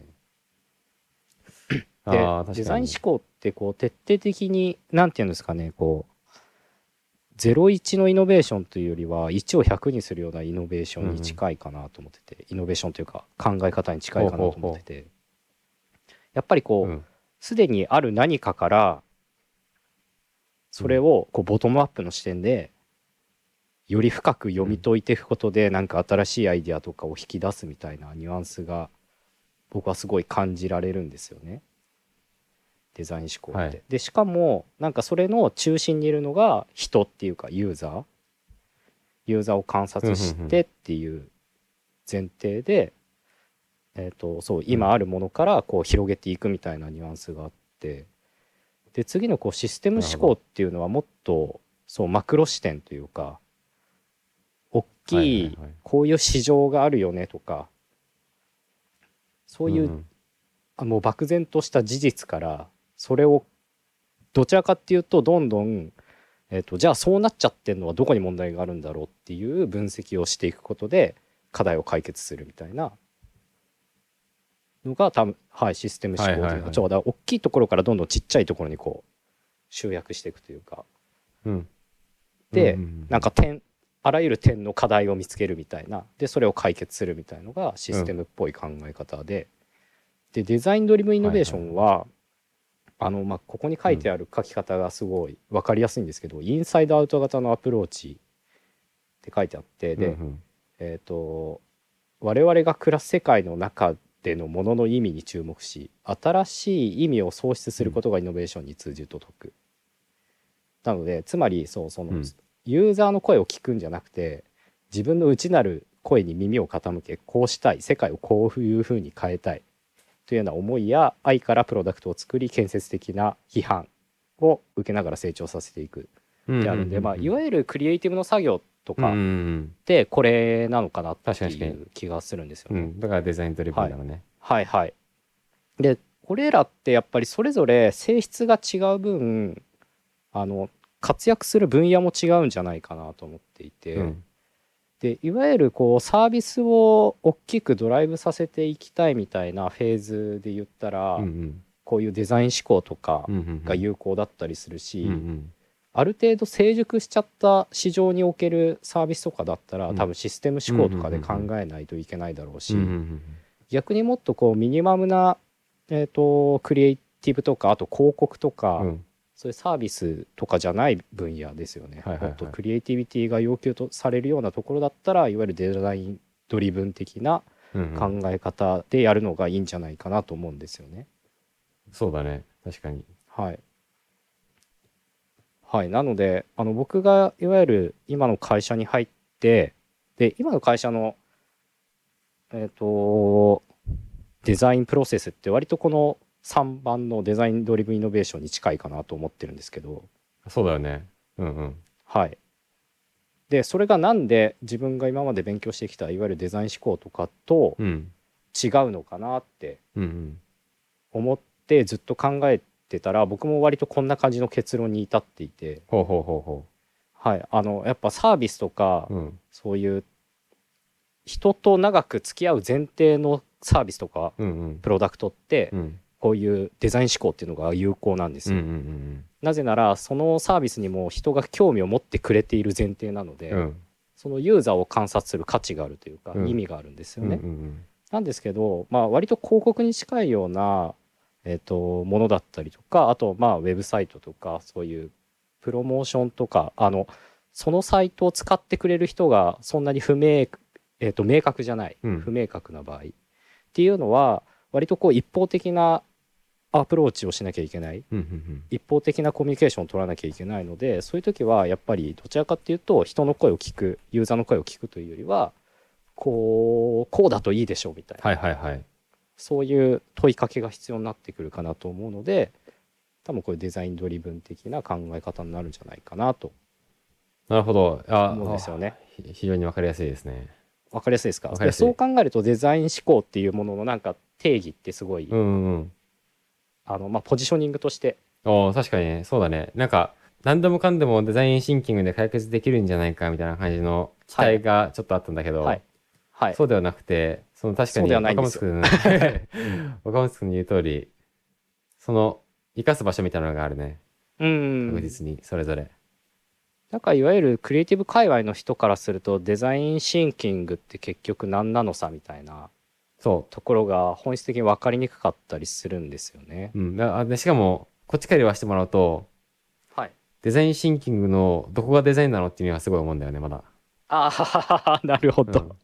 で、 ああ、確デザインかに。 思考ってこう徹底的に、なんていうんですかね、こう、ゼロイチのイノベーションというよりは、いちをひゃくにするようなイノベーションに近いかなと思ってて、イノベーションというか考え方に近いかなと思ってて、やっぱりこう、 うん。 すでにある何かから、それをこうボトムアップの視点で、より深く読み解いていくことで、なんか新しいアイデアとかを引き出すみたいなニュアンスが、僕はすごい感じられるんですよね。デザイン思考って。 はい。 で、しかも、なんかそれの中心にいるのが人っていうかユーザー。ユーザーを観察してっていう前提で、えっと、そう、 うん。 今あるものからこう広げていくみたいなニュアンスがあって、で、次のこうシステム思考なるほど。 っていうのはもっと、そう、マクロ視点というか、大はいきい、 はいはい。 こういう市場があるよねとか、そういう、 うんうん。 あもう漠然とした事実から、それをどちらかっていうと、どんどん、えっと、じゃあそうなっちゃってるのはどこに問題があるんだろうっていう分析をしていくことで、課題を解決するみたいなのが多分、はい、システムはい思考で、 はいはい。 ちょうど大きいところからどんどんちっちゃいところにこう集約していくというか、 うん。うんうんうで、なんんか点、あらゆる点の課題を見つけるみたいな、で、それを解決するみたいのがシうん。うん。 ステムっぽい考え方で、で、デザインドリブンイノベーシはいはいはい。 ョンは、あの、まあ、ここに書うん。 いてある書き方がすごい分かりやすいんですけど、インサイドアウト型のアプローチって書いてあって、で、 うんうん。 えっと、我々が暮らす世界の中でのものの意味に注目し、新しい意味を創出すうん。 ることがイノベーションに通じると説く。なので、つまり、そう、その、 うん。 ユーザーの声を聞くんじゃなくて、自分の内なる声に耳を傾け、こうしたい、世界をこういうふうに変えたいというような思いや愛からプロダクトを作り、建設的な批判を受けながら成長させていくうんうんうであるんで、まあ、いん。 わゆるクリエイティブの作業とうんうんかうん。 ってこれなのかなって確かに確かに。 いう気がするんですよね。 うん。だからデザインドリブはい。 ンだろうね。 はいはい。で、これらってやっぱりそれぞれ性質が違う分、あの、活躍する分野も違うんじゃないかなと思っていて、 うん。 で、いわゆるこうサービスを大きくドライブさせていきたいみたいなフェーズで言ったら、 うんうん。 こういうデザイン思考とかうんうんうん。 が有効だったりするうんうし、 ん。 ある程度成熟しちゃった市場におけるサービスとかだったら、 うん多分システム思考とかで考えないといけないだろううんうんうし、 ん。 逆にもっとこうミニマムな、えっと、クリエイティブとか、あと広告とか、 うん。 そういうサービスとかじゃない分野ですよね。 はいはいはい。 もっとクリエイティビティが要求とされるようなところだったら、いわゆるデザインドリブン的なうんうん。 考え方でやるのがいいんじゃないかなと思うんですよね。 そうだね。確かに。 はい。はい。なので、あの、僕がいわゆる今の会社に入って、で、今の会社の、えっと、デザインプロセスって割とこのさんばんのデザインドリブンイノベーションに近いかなと思ってるんですけど、 そうだよね。うんうん。 はい。で、それがなんで自分が今まで勉強してきたいわゆるデザイン思考とかとうん。 違うのかなってうんうん。 思ってずっと考えてたら、僕も割とこんな感じの結論に至っていて、 ほうほうほうほはい。あの、やっぱサービスとか、 う。うん。 そういう人と長く付き合う前提のサービスとかうんうん。 プロダクトってうん。 こういうデザイン思考っていうのが有効なんですよ。 うんうんなぜならそのサービスにも人が興味を持ってくれている前提なので、 うん。うん。 そのユーザーを観察する価値があるというかうん。 意味があるんですようんうね。 んなんですけど、まあ割と広告に近いようなえっと、ものだったりとか、あと、まあ、ウェブサイトとか、そういうプロモーションとか、あの、そのサイトを使ってくれる人がそんなに不明、えっと、明確じゃない、 うん不明確な場合っていうのは、割とこう一方的なアプローチをしなきゃいけない。 うんうん一方的なコミュニケーションを取らなきゃいけないので、そういう時はやっぱりどちらかっていうと人の声を聞く、ユーザーの声を聞くというよりは、こうこうだといいでしょうみたいな、 はいはいはい。 そういう問いかけが必要になってくるかなと思うので、多分これデザインドリブン的な考え方になるんじゃないかなとなるほど。あ、 思うんですよね。 ひ非常にわかりやすいですね。 わかりやすいですか？ わかりやすいでそう考えるとデザイン思考っていうもののなんか定義ってすごい、 うんうんうん。 あのまあポジショニングとしておー確かにね、そうだね。なんか、何でもかんでもデザインシンキングで解決できるんじゃないかみたいな感じの期待がちょっとあったんだけど、 はいはいそうではなくて、その確かそうにではないんです若松くよ。 ん、若松くんの言う通り、その生かす場所みたいなのがあるね。 うーん確実に、それぞれ。 なんかいわゆるクリエイティブ界隈の人からするとデザインシンキングって結局何なのさみたいなそところが本質的に分かりにくかったりするんですよね。 う。うん。だあで、しかも、こっちから言わせてもらうと、 はい。 デザインシンキングのどこがデザインなのっていうのはすごい思うんだよね、まだ。 ああ、なるほど。 うん。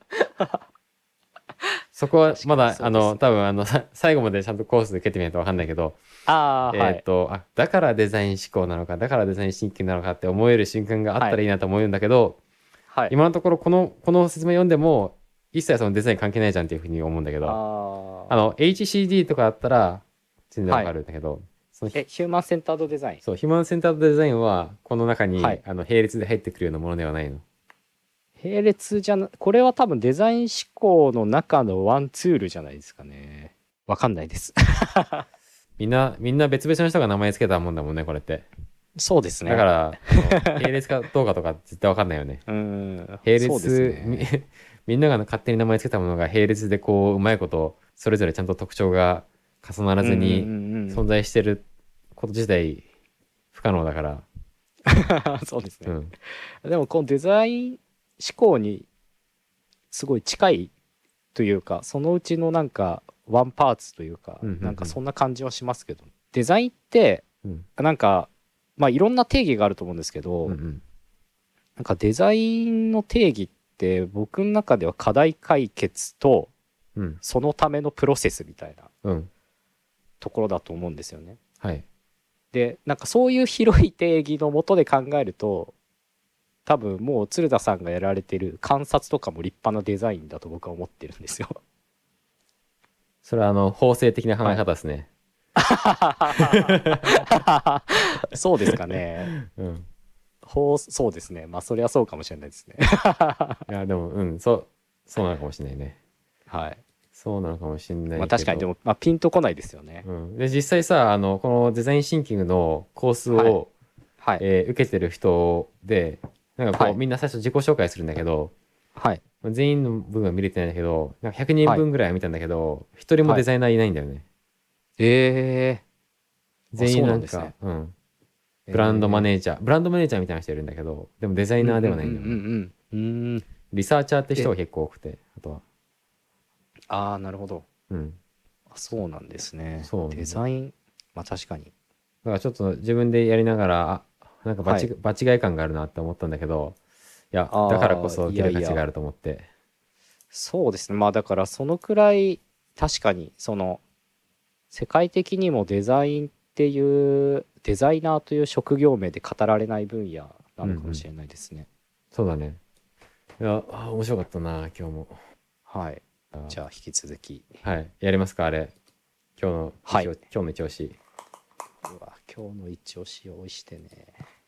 そこはまだ、 確かにそうですねあの、多分、あの、さ最後までちゃんとコースで受けてみないとわかんないけど、 ああ、はえっい。 と、あ、だからデザイン思考なのか、だからデザインシンキングなのかって思える瞬間があったらいいなと思うんだけど、 はい。 今のところこの、この説明読んでも、一切そのデザイン関係ないじゃんっていうふうに思うんだけど、あああ。 の、エイチシーディー とかだったら全然わかるんだけど、その、 え、ヒューマンセンタードデザイン。 そう、ヒューマンセンタードデザインは、この中に、 はいあの、並列で入ってくるようなものではないの。 並列じゃな、これは多分デザイン思考の中のワンツールじゃないですかね。わかんないです。 みんな、みんな別々の人が名前つけたもんだもんね、これって。 そうですね。 だから、あの並列かどうかとか絶対わかんないよね。 うーん。 並そうです列、み、 ね。 みんなが勝手に名前つけたものが並列でこう、うまいこと、それぞれちゃんと特徴が重ならずにうんうんうんうん存在してること自体不可能だから。 そうですね。 うん。 でもこのデザイン思考にすごい近いというか、そのうちのなんかワンパーツというか、 うんうんうんなんかそんな感じはしますけど、デザインってうん。 なんかまあいろんな定義があると思うんですけど、 うんうん。 なんかデザインの定義って僕の中では課題解決とうん。 そのためのプロセスみたいなうん。 ところだと思うんですよね。 はい。 で、なんかそういう広い定義のもとで考えると、多分もう鶴田さんがやられてる観察とかも立派なデザインだと僕は思ってるんですよ。 それはあの、法制的な考え方ですね。 そうですかね。 うん。 ほう、そうですね。まあそりゃそうかもしれないですね。 いや、でも、うん、そう、そうなのかもしれないね。 はい。 そうなのかもしれないけど。 まあ確かにでも、まあ、ピンとこないですよね。 うん。で、実際さ、あの、このデザインシンキングのコースはいを、 はい。 えー受けてる人で、なんかこう、 はいみんな最初自己紹介するんだけど、 はい。 全員の部分は見れてないんだけど、なんかひゃくにんはいぶんぐらいは見たんだけど、一人もデザイナーいないんだよね。 ええ全員なんか、 そうなんですね。 うん。ブランドマネージャー、ブランドマネージャーみたいな人いるんだけど、でもデザイナーではないんだよね。 うんうんうんうん。うーん。 リサーチャーって人が結構多くて、あとは。 ああ、なるほど。 うん。 あそうなんですね。 そうデザイン、まあ確かに。 だからちょっと自分でやりながら、あ、なんか場違,、 はい場違い感があるなって思ったんだけど、いや、 あーだからこそ受ける価いやいや値があると思って。 そうですね。まあだからそのくらい確かにその世界的にもデザインっていうデザイナーという職業名で語られない分野なのかもしれないですね。 そうだね。いや、あ面白かったな、今日も。 はい。 あじゃあ引き続き。 はい。やりますか、あれ。今日の、 はい一応今日の一押し。 うわ今日の一押し用意してね。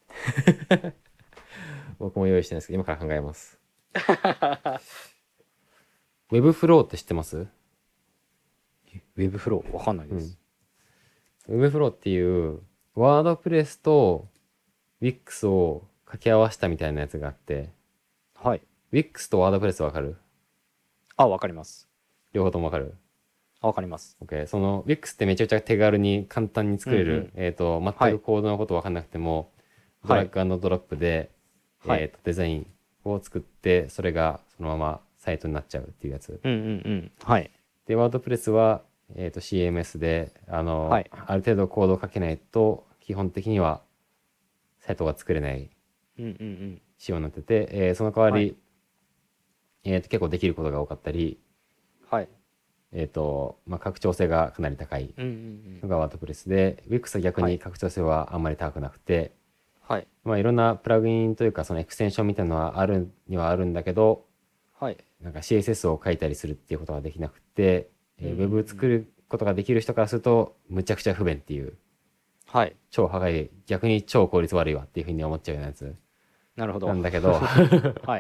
僕も用意してないですけど、今から考えます。Webflow って知ってます？ ウェブフローわかんないです。 Webflow っていうワードプレスと Wix を掛け合わせたみたいなやつがあって、 はい。 Wix とワードプレスわかる？ あ、わかります。 両方ともわかる？ あわかります。 OK。その Wix ってめちゃくちゃ手軽に簡単に作れる。 うんうんえっと、 はい全くコードのことわかんなくても、ドはいラッグアンドドロップで、 はいえっと、デザインを作って、それがそのままサイトになっちゃうっていうやつ。 うんうんうん。はい。 で、ワードプレスは、 えーと シーエムエス で、あの、 はい。 ある程度コードをかけないと、基本的にはサイトが作れないうんうんうん。 仕様になってて、えーその代わはい。 り、えーと結構できることが多かったり、 はい。 えーと、まあ、拡張性がかなり高いうんうんうん。 のがワードプレスで、Wix は逆はい。 に拡張性はあんまり高くなくて、 はい。 まあ、いろんなプラグインというか、そのエクステンションみたいなのはあるにはあるんだけど、 はい。 なんか シーエスエス を書いたりするっていうことができなくて、 うんうんうえーウェブ作ん。 ることができる人からすると、むちゃくちゃ不便っていう、 はい。 超破壊、逆に超効率悪いわっていうふうに思っちゃうようなやつなるほど。 なんだけど、 はい。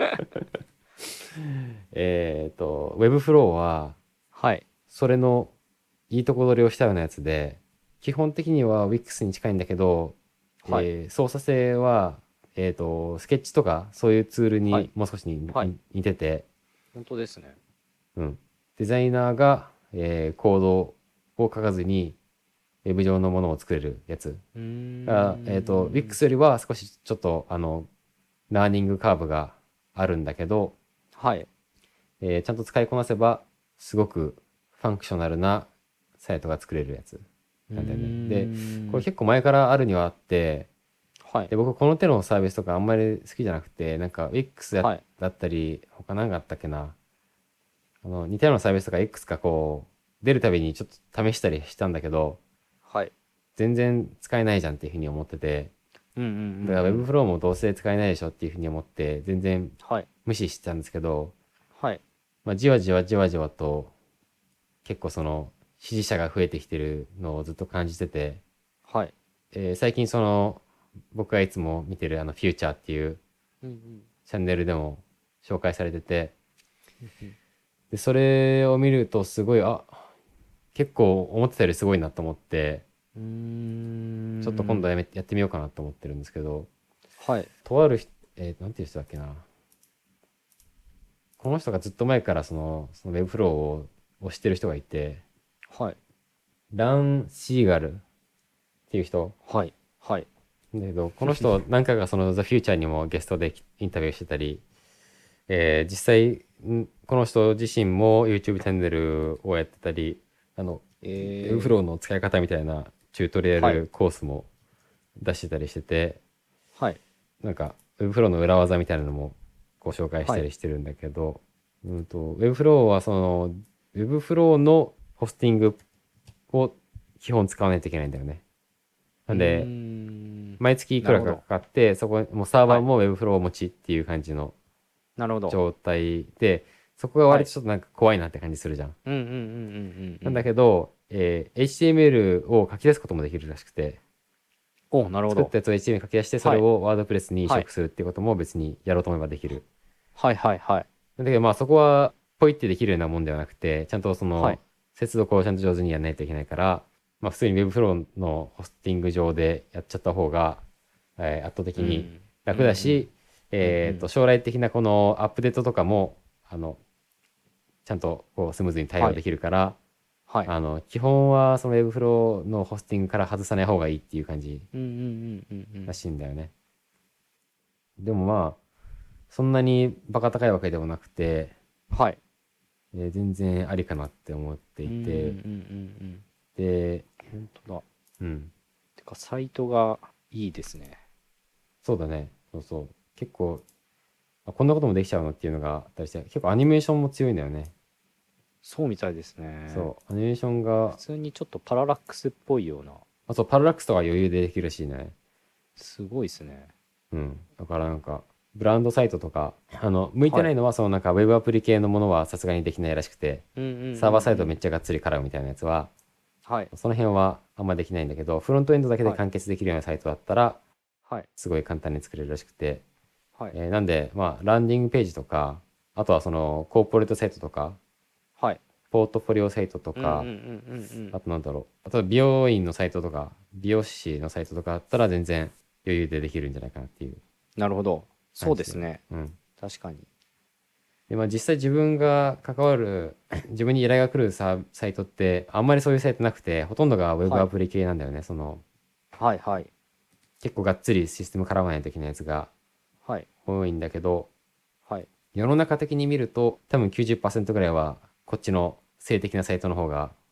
えっと、Webflow は、 はい。 それのいいとこ取りをしたようなやつで、基本的には Wix に近いんだけど、 はい。 えー操作性は、えっと、スケッチとかそういうツールはい。 にもう少しにはい。 に似てて、 本当ですね。 うん。デザイナーが、えーコードを書かずに、ウェブ上のものを作れるやつうーが、えっと、 ん。 Wix よりは少しちょっと、あの、ラーニングカーブがあるんだけど、 はい。 えーちゃんと使いこなせば、すごくファンクショナルなサイトが作れるやつうーなんだよね。で、これん。 結構前からあるにはあって、 はい。 で、僕この手のサービスとかあんまり好きじゃなくて、なんか Wix だはい。 だったり、他何があったっけな。あの、似たようなサービスとかいくつかこう、出るたびにちょっと試したりしたんだけど、 はい。 全然使えないじゃんっていうふうに思ってて、 うんうんうんだからうん。 Webflow もどうせ使えないでしょっていうふうに思って、全然はい。 無視してたんですけど、 はい。 まあ、じわじわじわじわと結構その支持者が増えてきてるのをずっと感じてて、 はい。 えー最近その僕がいつも見てるあのフューチャーっていううんうんチャンネルでも紹介されてて、 うんうんで、それを見るとすごい、あ、結構思ってたよりすごいなと思って、 うーちょっと今度ん。 やめ、やってみようかなと思ってるんですけど、 はい。 とある人、えーなんていう人だっけな。この人がずっと前からその、その Webflow を推してる人がいて、 はい。 ラン・シーガルっていう人はい。はい。 だけど、この人何回かその The Future にもゲストでインタビューしてたり、えー実際、んこの人自身も YouTube チャンネルをやってたり、あの、 えー。 Webflow の使い方みたいなチュートリアはい。 ルコースも出してたりしてて、 はい。 なんか Webflow の裏技みたいなのもご紹介しはい。 たりしてるんだけど、うんと、Webflow はその Webflow のホスティングを基本使わないといけないんだよね。なうーんで、 ん。 毎月いくらかかなるほど。 かって、そこ、もうサーバはい。 ーも Webflow 持ちっていう感じのなるほど。 状態で、そこがはい。 割とちょっとなんか怖いなって感じするじゃん。 うんうんうんうんうんうなんだん。 けど、えー エイチティーエムエル を書き出すこともできるらしくて、 お、なるほど。 作ったやつを エイチティーエムエル 書き出して、それはい。 を WordPress に移はい。 植するっていうことも別にやろうと思えばできる。 はいはいはい。 なんだけど、まあそこは、ポイってできるようなもんではなくて、ちゃんとその、 はい。 接続をちゃんと上手にやらないといけないから、まあ普通に Webflow のホスティング上でやっちゃった方が、えー圧倒的にうん。うん楽だし、 うん。うんうえっと、 ん。 将来的なこのアップデートとかも、あの、ちゃんとこうスムーズに対はい。 応できるから、 はい。 あの、基本はその Webflow のホスティングから外さない方がいいっていう感じうんうんうんうんうん。 らしいんだよね。でもまあ、そんなにバカ高いわけでもなくて、 はい。 えー全然ありかなって思ってうんうんうんういて、 ん。 で、 本当だ。 うん、 てか、サイトがいいですね。 そうだね。そうそう。結構、あ、こんなこともできちゃうのっていうのがあったりして、結構アニメーションも強いんだよね。 そうみたいですね。 そう、アニメーションが、 普通にちょっとパララックスっぽいような。 あとパララックスとか余裕でできるしね。 すごいですね。 うん。だからなんか、ブランドサイトとか、あの、向いてはい。 ないのは、そのなんか、ウェブアプリ系のものはさすがにできないらしくて、 うんうんうんサーバーサイトうん。 めっちゃがっつり絡むみたいなやつは、 はい。 その辺はあんまできないんだけど、フロントエンドだけではい。 完結できるようなサイトだったら、 はい。 すごい簡単に作れるらしくて、 はい。 えーなんで、まあ、ランディングページとか、あとはその、コーポレートサイトとか、 はい。 ポートフォリオサイトとうんうんうんか、 うんうん。 あとなんだろう、あとは美容院のサイトとか、美容師のサイトとかだったら全然余裕でできるんじゃないかなっていうなるほど。そ感じで。 うですね。 うん。 確かに。 で、まあ実際自分が関わる、自分に依頼が来るササイトって、あんまりそういうサイトなくて、ほとんどがウェブはい。 アプリ系なんだよね。その、 はいはい。 結構がっつりシステム絡まないといけないやつがはい。 多いんだけど、 はい。 世の中的に見ると、多分きゅうじゅっパーセントぐらいは、こっちの性的なサイトの方が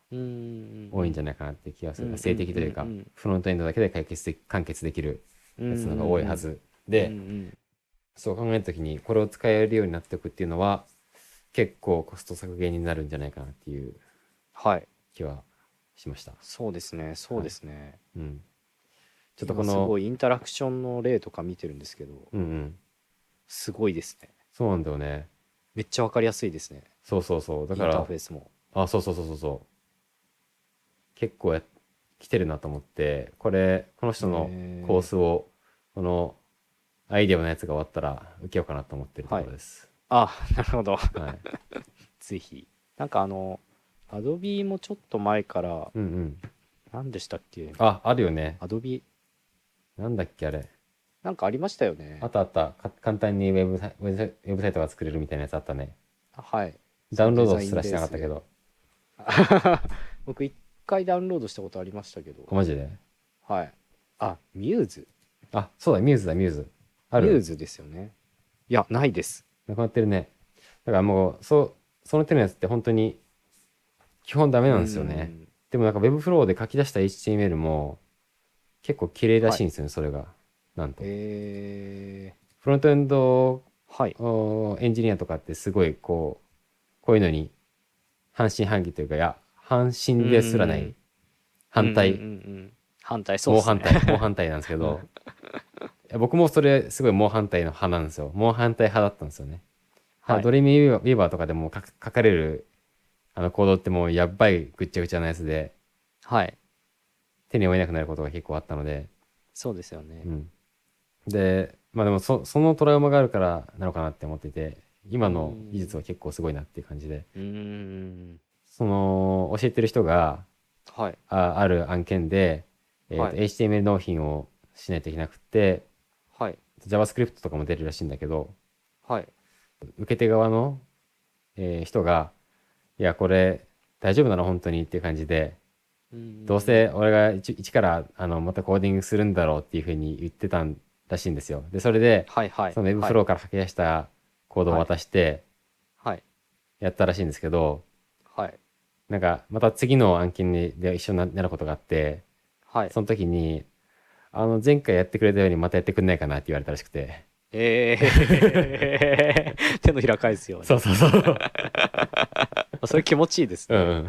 うんうん多いんじゃないかなって気がする。 うん性的というか、 うんうんフロントエンドだけで解決で完結できるうんやつのが多いはずうんで、 うんそう考えたときにこれを使えるようになっておくっていうのは結構コスト削減になるんじゃないかなっていうはい。 気はしました。 そうですね、そうですね。 うん。ちょっとこ今すの、 ごいインタラクションの例とか見てるんですけど、 うんうん。 すごいですね。 そうなんだよね。 めっちゃわかりやすいですね。 そうそうそう。だインターから、 フェースも。 あ、そうそうそうそうそう。結構や、来てるなと思って、これ、この人のコーえスを、このアイデアのやつが終わったら受けようかなと思ってるとはい。 ころです。 あ、なるほど。 はい。 ぜひ。なんかあの、Adobe もちょっと前から、 うんうん。 何でしたっけ？ あ、あるよね。 Adobe、 なんだっけあれ。 なんかありましたよあね。 ったあった。か簡単にウェブサイ、ウェブサイウェブサイトが作れるみたいなやつあったね。 あはい。 ダウンローそのデザイドすらしンベースで。 なかったけど。 僕一回ダウンロードしたことありましたけど。 あマジで。 はい。あ、ミューズあ、そうだ、ミューズだ、ミューズ。ある。 ミューズですよね。いや、ないです。 なくなってるね。だからもう、そう、その手のやつって本当に基本ダメうーなんですよね。 ん。 でもなんか Webflow で書き出した エイチティーエムエル も結構綺麗らはい。 しいんですよね、それが。なんと。 えフロントエンドー、はい。 おエンジニアとかってすごいこう、こういうのに半信半疑というか、いや、半うー信ですらない、 ん。うんうんうんう反対、 ん。反対、そうっすね。 猛反対、猛反対なんですけど、いや僕もそれすごい猛反対の派なんですよ。猛反対派だったんですよね。ただはい。 ドリーミーウィーバーとかでも書か書かれるあのコードってもうやっばいぐっちゃぐちゃなやつではい。 手に負えなくなることが結構あったので、 そうですよね。 うん。で、まあでもそ、そのトラウマがあるからなのかなって思っていて、 うー今の技術ん。 は結構すごいなっていう感じで、 うーん。 その教えてる人がはい。 あ、ある案件で、えっと、 はい。 エイチティーエムエル 納品をしないといけなくて、 はい。 JavaScript とかも出るらしいんだけど、 はい。 受け手側の、えー人が、いや、これ大丈夫なの本当にっていう感じで、 うーどうせん。 俺が一一からあのまたコーディングするんだろうっていうふうに言ってたらしいんですよ。で、それで、 はいはい。 そのはい。 Webflow から吐き出したコードをはい。 渡してはい。 やったらしいんですけど、 はい。 なんかまた次の案件でで一緒にななることがあって、 はい。 その時に、あの前回やってくれたようにまたやってくんないかなって言われたらしくて。 えー、手のひら返すように。 そうそうそう。 あそれ気持ちいいですね。 うんうん。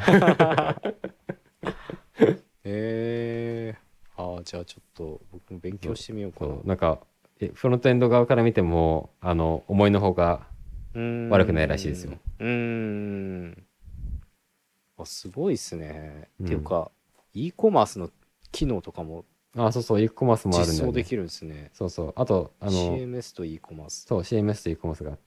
えー、ああ、じゃあちょっと僕も勉強そう、 してみようかな。 そうなんか、えフロントエンド側から見ても、あの、思いの方がうー悪くないらしいですよ。 ん。うーん。あ、すごいっすね。 うん。 っていうか、e コマースの機能とかもあ、そうそう、e コマースもあるんだよね。 実装できるんですね。 そうそう。あと、あの、 シーエムエス と e コマース。 そう、シーエムエス と e コマースがあって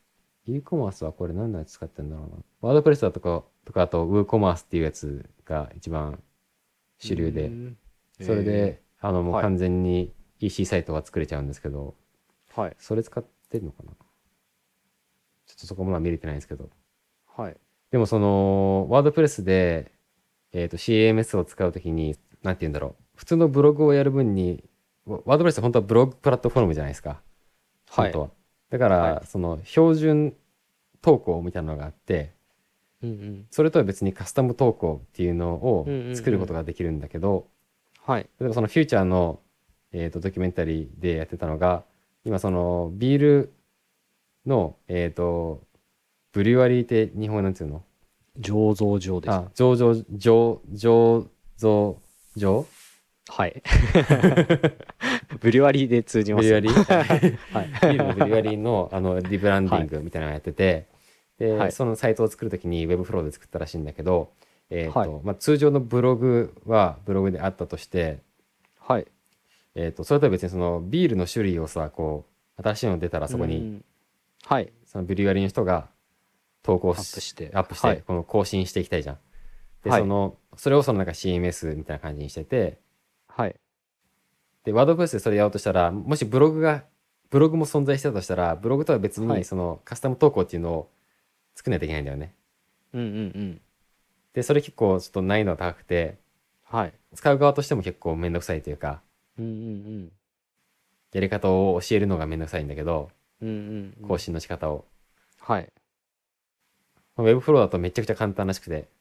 、e コマースはこれ何のやつ使ってんだろうな。ワードプレスだとか、とか、あと WooCommerce っていうやつが一番うー主流で、 ん。 それえで、あの、もー、はい。 う完全に イーシー サイトが作れちゃうんですけど、 はい。 それ使ってるのかな。ちょっとそこまだ見れてないんですけど。 はい。 でもその、ワードプレスで、えっと、シーエムエス を使うときに、なんて言うんだろう。普通のブログをやる分に、ワワードプレスって本当はブログプラットフォームじゃないですか。 はい。 本当は。だかはい。 ら、その、標準投稿みたいなのがあって、 うんうん。 それとは別にカスタム投稿っていうのをうんうん作ることうん。 ができるんだけど、 はい。 例えばそのフューチャーの、えっと、ドキュメンタリーでやってたのが、今その、ビールの、えっと、ブリュワリーって日本語なんていうの？ 醸造所ですあ、 か？ 醸造、醸、醸造所はい。ブリュワリーで通じますよ。 ブリュワリーはい。 はい。 ビールのブリュワリーの、あの、リブランデはい。 ィングみたいなのをやってて、で、 はい。 そのサイトを作るときに Webflow で作ったらしいんだけど、えっはい。 と、まあ、通常のブログはブログであったとして、 はい。 えっと、それとは別にそのビールの種類をさ、こう、新しいの出たらうそこに、 ん。はい。 そのブリュワリーの人が投稿アップし、 して。 アップして、 はい。 この更新していきたいじゃん。で、 はい。 その、それをそのなんか シーエムエス みたいな感じにしてて、 はい。 で、ワードプレスでそれやろうとしたら、もしブログが、ブログも存在してたとしたら、ブログとは別に、 はい。 そのカスタム投稿っていうのを作んないといけないんだよね。 うんうんうん。 で、それ結構ちょっと難易度が高くて、 はい。 使う側としても結構めんどくさいというか、 うんうんやり方を教えるのがめんどくさいんだけど、 うん。うんうんうん。 更新の仕方を。 はい。 Webflow だとめちゃくちゃ簡単らしくて、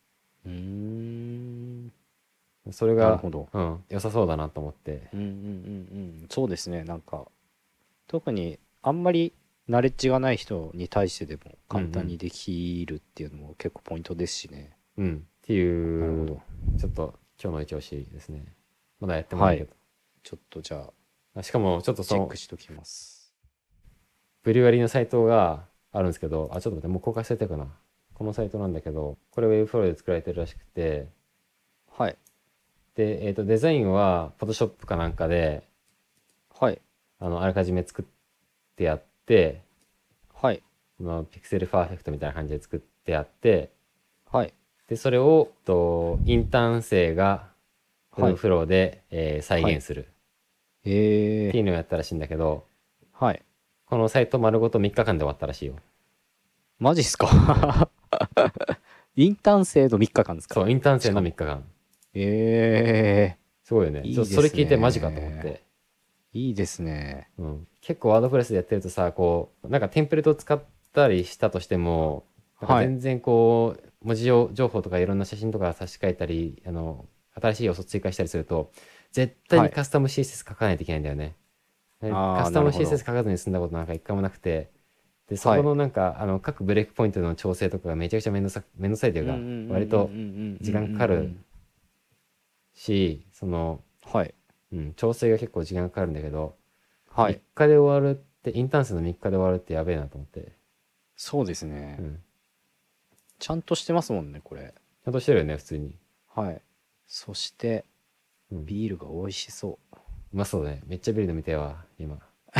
うーん。 それが、 なるほど。 うん、良さそうだなと思って。 うんうんうんうん。そうですね。なんか、特にあんまりナレッジがない人に対してでも簡単にできるっていうのも結構ポイントですしね。 うん、うん。っていう、 なるほど。 ちょっと今日の一押しですね。まだやってもなはい。 いけど。 ちょっとじゃあ、 あしかも、ちょっとそチェックの、 しときます。 ブリュワリーのサイトがあるんですけど、あ、ちょっと待って、もう公開されてるかな。このサイトなんだけど、これ Webflow で作られてるらしくて、 はい。 で、えっと、デザインは Photoshop かなんかで、 はい。 あの、あらかじめ作ってやって、 はい。 まあ、ピクセルパーフェクトみたいな感じで作ってやって、 はい。 で、それを、と、インターン生がはい。 Webflow で、えー再はい。 現するっえー。 ていうのをやったらしいんだけど、 はい。 このサイト丸ごとみっかかんで終わったらしいよ。 マジっすうん。 か？インターン生のみっかかんですか？ そう、インターン生の3 しかも。 日間。 えすごいよね。 ー。 ちょ、 いいですそれ聞いてマジかと思っね。 て。 いいですね。 うん。結構ワードプレスでやってるとさ、こう、なんかテンプレートを使ったりしたとしても、なんかはい。 全然こう、文字情報とかいろんな写真とか差し替えたり、あの、新しい要素追加したりすると、絶対はい。 にカスタム シーエスエス 書かないといけないんだよね。でカあー、 スタムなるほシーエスエスど。 書かずに済んだことなんか一回もなくて、で、そはい。 このなんか、あの、各ブレイクポイントの調整とかがめちゃくちゃめんどさ、めんどくさいというか、 うんうんうんうんうん割とうんうん時間かかるうんうん。 し、その、 はい。 うん、調整が結構時間かかるんだけど、3 はい。 日で終わるって、インターン生のみっかで終わるってやべえなと思って。 そうですね。 うん。 ちゃんとしてますもんね、これ。 ちゃんとしてるよね、普通に。 はい。そして、 うん。 ビールが美味しそう。 うまそうね。めっちゃビール飲みたいわ、今。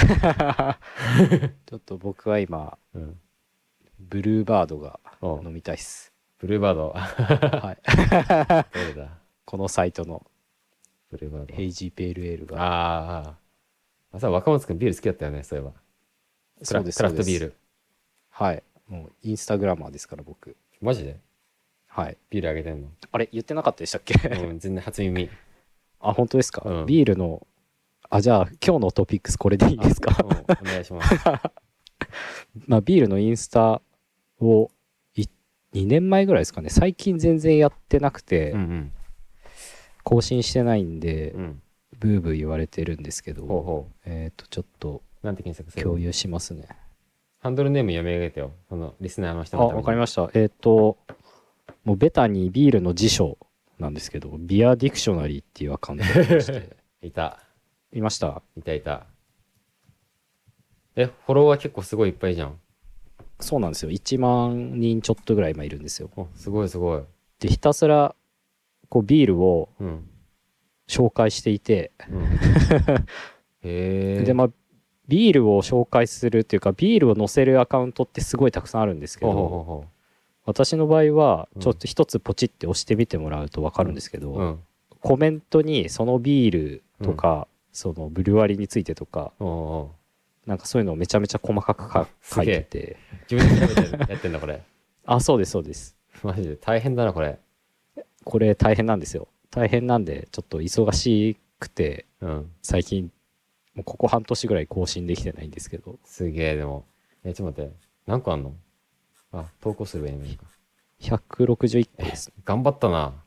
ちょっと僕は今、 うん。 ブルーバードがおう、 飲みたいっす。 ブルーバード。 はい。 どれだこのサイトのブルーバード。 ヘイジーペールエールが。 あーあー。あ、さ、若松くんビール好きだったよね、そういえば。クラ、 そうです、 クラそうです。 フトビール。 はい。もう、インスタグラマーですから、僕。 マジではい。 ビールあげてんの？ あれ、言ってなかったでしたっけ？ うん、全然初耳。 あ、本当ですか？ うん。 ビールの、あ、じゃあ、今日のトピックスこれでいいであ、 すか？ うん、お願いします。 まあ、ビールのインスタを、いにねんまえぐらいですかね。最近全然やってなくて、 うんうん。 更新してないんで、 うん。 ブーブー言われてるんですけど、 ほうほえっと、ちょっとう。なんて検索すればいい？ 共有しますね。 ハンドルネーム読み上げてよ。その、リスナーの人あ、わのために。 かりました。えっと、もうベタにビールの辞書なんですけど、ビアディクショナリーっていうアカウントがありまして、 いた。 いました。 いたいた。え、フォロワー結構すごいいっぱいじゃん。 そうなんですよ。いちまん人ちょっとぐらい今いるんですよ。 お、すごいすごい。 で、ひたすら、こう、ビールをうん。 紹介していて、 うん。へで、 え。 まあ、ビールを紹介するっていうか、ビールを載せるアカウントってすごいたくさんあるんですけほうほうほうど、 ほ私の場合は、 う。うん。 ちょっと一つポチって押してみてもらうとわかうん。 るんですけど、 うん。 コメントにそのビールうん。 とか、そのブリュワリーについてとか、 おうおう。 なんかそういうのをめちゃめちゃ細かくか書いすげえ。 てて、 自分で調べてるやってんだ、これ。 あ、そうです、そうです。 マジで大変だな、これ。 これ大変なんですよ。大変なんで、ちょっと忙しくて、 うん。 最近、もうここ半年ぐらい更新できてないんですけど、 すげえ、でも。え、ちょっと待って。何個あんの？あ、投稿すればいいのか。 ひゃくろくじゅういっこです。 頑張ったな。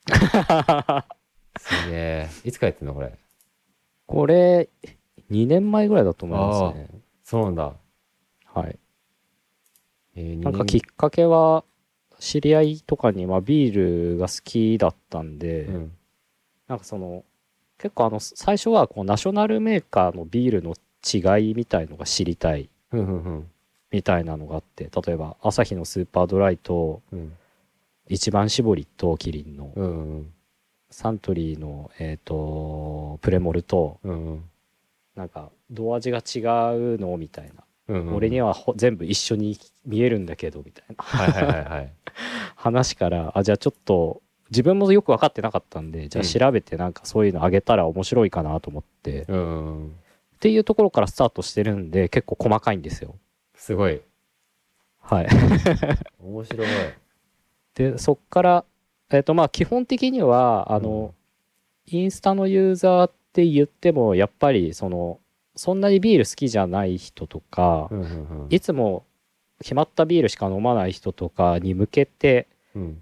すげえ。いつ帰ってんの、これ。 これ、にねんまえぐらいだと思いますああ、 ね。 そうなんだ。 はい。 えー、 なんか 2年。 きっかけは、知り合いとかに、まあ、ビールが好きだったんで、 うん。 なんかその、結構あの、最初はこうナショナルメーカーのビールの違いみたいのが知りたいふんふんふん。 みたいなのがあって、例えば、アサヒのスーパードライと、 うん。 一番搾りとキリンの、 うんうん。 サントリーの、えっと、プレモルと、 うんうん。 なんか、どう味が違うのみたいな。 うんうんうん。 俺にはほ全部一緒に見えるんだけど、みたいなはいはいはいはい。 話から、あ、じゃあちょっと、自分もよく分かってなかったんで、じゃあうん。 調べてなんかそういうのあげたら面白いかなと思って、っうんうんうん。 ていうところからスタートしてるんで、結構細かいんですよ。 すごい。 はい。 面白い。 で、そっから、えっとまあ基本的には、あうん。 の、インスタのユーザーって言っても、やっぱりその、そんなにビール好きじゃない人とか、 うんうんいつも決まったビールしか飲まない人とかに向けて、 うん。うん。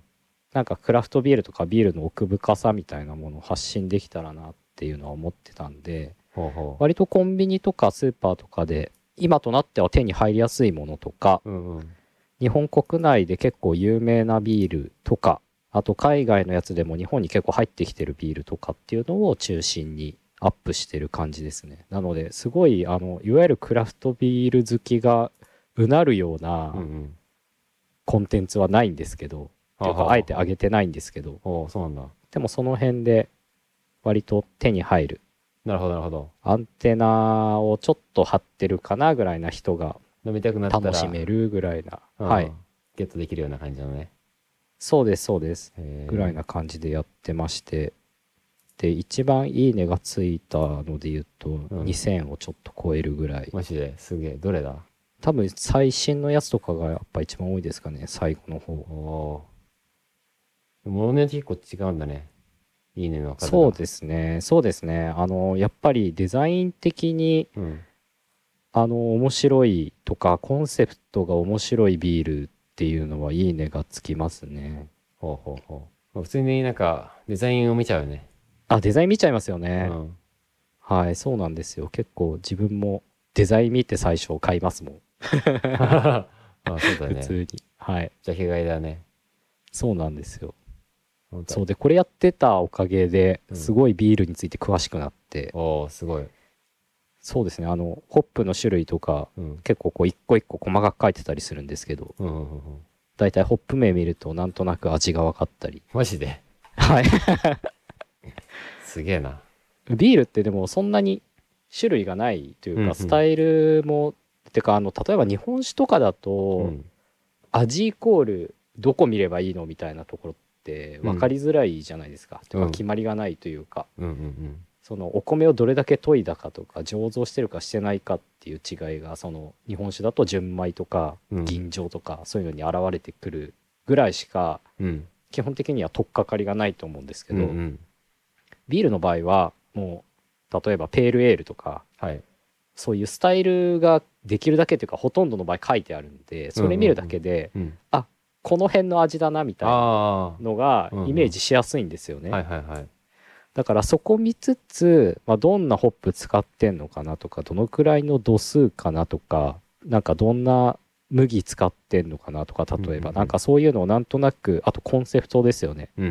なんかクラフトビールとかビールの奥深さみたいなものを発信できたらなっていうのは思ってたんで、 ほうほ割とコンビニとかスーパーとかで今となっては手に入りやすいものとか、 う。うんうん。 日本国内で結構有名なビールとか、あと海外のやつでも日本に結構入ってきてるビールとかっていうのを中心にアップしてる感じですね。なのですごいあのいわゆるクラフトビール好きがうなるようなうんうん。 コンテンツはないんですけど、っていうかあえてあげてないんですけど、 おそうなんだ。 でもその辺で割と手に入るなるほどなるほど。 アンテナをちょっと張ってるかなぐらいな人が飲みたくなったら楽しめるぐらいな、 うんはい、 ゲットできるような感じのね。 そうですそうですへーぐらいな感じでやってまして、で一番いいねがついたので言うと、 んにせんをちょっと超えるぐらい、 マジですげえ。どれだ？ 多分最新のやつとかがやっぱ一番多いですかね、最後の方。 おー。ものによって結構違うんだね。いいねの数が。 そうですねそうですねあのやっぱりデザイン的にうん。 あの面白いとかコンセプトが面白いビールっていうのはいいねがつきますね。 ほうほうほう。普通になんかデザインを見ちゃうよね。 あ、デザイン見ちゃいますようね。 ん。 はい、そうなんですよ。結構自分もデザイン見て最初買いますもん。 あ、そうだね。 普通に。はい。 ジャケ買いだね。 そうなんですよ。 本当。 そうで、これやってたおかげでうん。 すごいビールについて詳しくなって、 おー、すごい。 そうですね、あの、ホップの種類とかうん。 結構こう一個一個細かく書いてたりするんですけど、 うんうんうんうん。 だいたいホップ名見るとなんとなく味が分かったり。 マジではい。 すげえな。 ビールってでもそんなに種類がないといううんうんか、スタイルも、てかあの、例えば日本酒とかだうと、 ん。 味イコールどこ見ればいいのみたいなところって分かりづらいじゃないですか。てかうん決まりがないというか、 うんうんうん。 そのお米をどれだけ研いだかとか醸造してるかしてないかっていう違いが、その日本酒だと純米とかうん吟醸とかそういうのに現れてくるぐらいしかうん。 基本的には取っかかりがないと思うんですけど、 うんうん。 ビールの場合はもう例えばペールエールとかはい。 そういうスタイルができるだけというかほとんどの場合書いてあるんで、それ見るだけで、 うん。 あ、この辺の味だなみたいなあのがうんうんイメージしやすいんですよね。 あ。はいはいはい。 だからそこ見つつ、まあ、どんなホップ使ってんのかなとか、どのくらいの度数かなとか、なんかどんな麦使ってんのかなとか、例えばうんうんうんなんかそういうのをなんとなく、あとコンセプトですよね。 うんうん。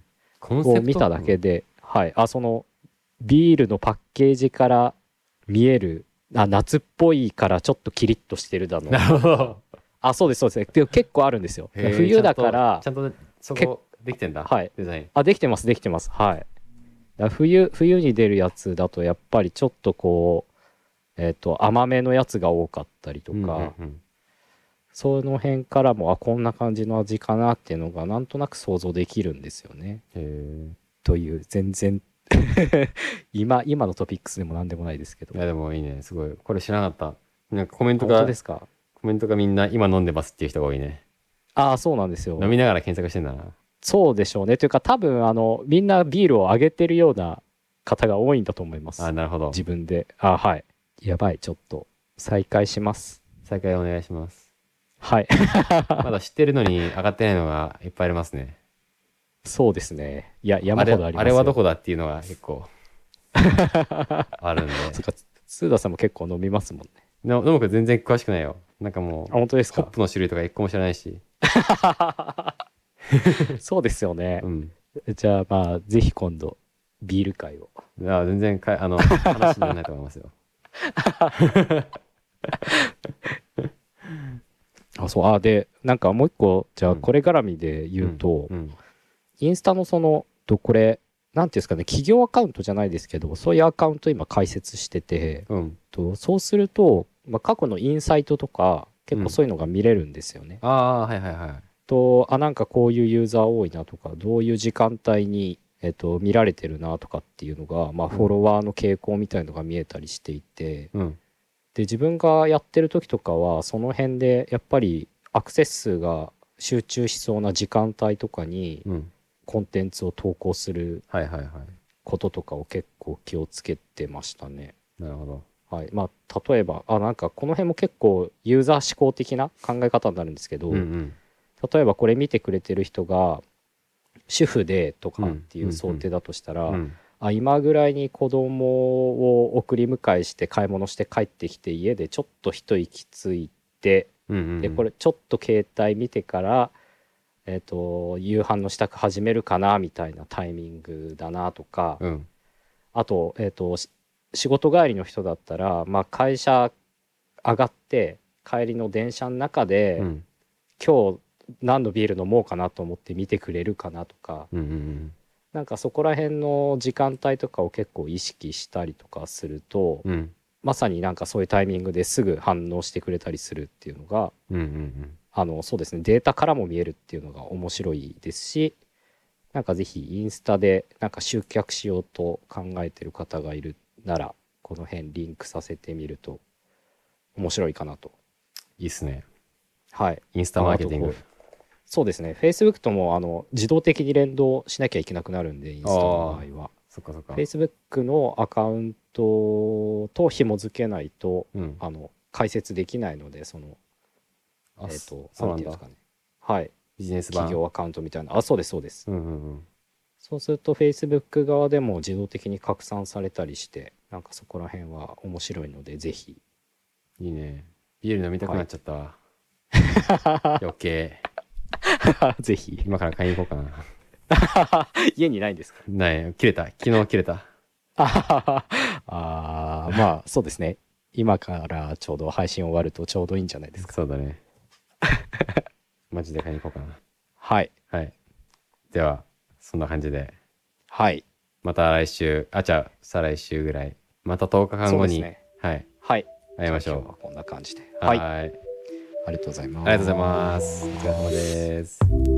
コンセプトを見ただけで、はい。あ、そのビールのパッケージから見える、あ、夏っぽいからちょっとキリッとしてるだの。 なるほど。 あ、そうです、そうです。で結構あるんですよ。 へー冬だからちゃんと、ちゃんとそこできてんだ。 はいデザイン。 あ、できてます、できてます。はい。だから冬、冬に出るやつだと、やっぱりちょっとこう、えっと、甘めのやつが多かったりとか、 うんうんうんその辺からも、あ、こんな感じの味かなっていうのが、なんとなく想像できるんですよね。 へえ。 という、全然今、今のトピックスでもなんでもないですけど。 いやでもいいね。すごい。これ知らなかった。なんかコメント本当が、 ですか？ コメントがみんな今飲んでますっていう人が多いね。 ああ、そうなんですよ。 飲みながら検索してんだな。 そうでしょうね。というか、多分、あの、みんなビールをあげてるような方が多いんだと思います。 あ、なるほど。 自分で。あ、はい。やばい、ちょっと、再開します。 再開お願いします。 はい。 まだ知ってるのに上がってないのがいっぱいありますね。 そうですね。いや、山ほどありますよ。 あれ、あれはどこだっていうのが結構あるんで。 そっか、スーダさんも結構飲みますもんね。 の飲むか全然詳しくないよ。なんかもあ、本当ですう、ホッか？ プの種類とか一個も知らないし。 そうですよねう。ん。 じゃあ、まあ、ぜひ今度、ビール会を。 いや、全然かい、あの、話にならないと思いますよ。 あ、そう、あ、で、なんかもう一個、じゃあ、 うんこれ絡みで言うと、 うん。 インスタのその、と、これ、なんていうんですかね、企業アカウントじゃないですけど、そういうアカウント今開設してて、 うん。うんとそうすると、まあ、過去のインサイトとか、結構そういうのが見れるんですよね。 ああ、はいはいはい。 と、あ、なんかこういうユーザー多いなとか、どういう時間帯に、えっと、見られてるなとかっていうのが、まあ、フォロワーの傾向みたいのが見えたりしていて、 うん。 で、自分がやってる時とかは、その辺で、やっぱりアクセス数が集中しそうな時間帯とかに、 うん。 コンテンツを投稿するはいはいはい。 こととかを結構気をつけてましたね。 なるほど。 はい。まあ、例えば、あ、なんかこの辺も結構ユーザー思考的な考え方になるんですけど、 うんうん。 例えばこれ見てくれてる人が、 主婦でとかっていう想定だとしたら、 うんあ今ぐらいに子供を送り迎えして買い物して帰ってきて家でちょっと一息ついて、 うんうんでこれちょっと携帯見てから、えー、と夕飯の支度始めるかなみたいなタイミングだなとか、 うんあと,、えー、とし仕事帰りの人だったら、まあ、会社上がって帰りの電車の中で、 うん今日何のビール飲もうかなと思って見てくれるかなとか、 うんうんなんかそこら辺の時間帯とかを結構意識したりとかすると、 うんうんまさになんかそういうタイミングですぐ反応してくれたりするっていうのが、 うんうんあのそうですね、データからも見えるっていうのが面白いですし、なんかぜひインスタでなんか集客しようと考えてる方がいるなら、この辺リンクさせてみると面白いかなと。 いいっすね。 はい。 インスタマーケティング。 ああとこうそうですね、Facebook ともあの自動的に連動しなきゃいけなくなるんで、インスタの場合は。 そっかそっか。 Facebook のアカウントと紐付けないと、 うんあの解説できないので、そのあえっ、とそうなんんだなていうんですかね、はいビジネス版。 企業アカウントみたいな、あそうですそうです、 うんうんうんそうすると Facebook 側でも自動的に拡散されたりして、なんかそこら辺は面白いのでぜひ。 いいね。ビール飲みたくなっちゃったわ、余計。 ぜひ今から買いに行こうかな。 家にないんですか？ ない切れた、昨日切れた。 ああまあそうですね、今からちょうど配信終わるとちょうどいいんじゃないですか。 そうだね。マジで買いに行こうかな。 はいはい。ではそんな感じではいまた来週、あ、じゃあ再来週ぐらい、またとおかかんごに、 そうですね、 はい、 はい会いましょう。 今日はこんな感じで、 ははいい、 あありがとうございます。 りがとうございます。お疲れ様です。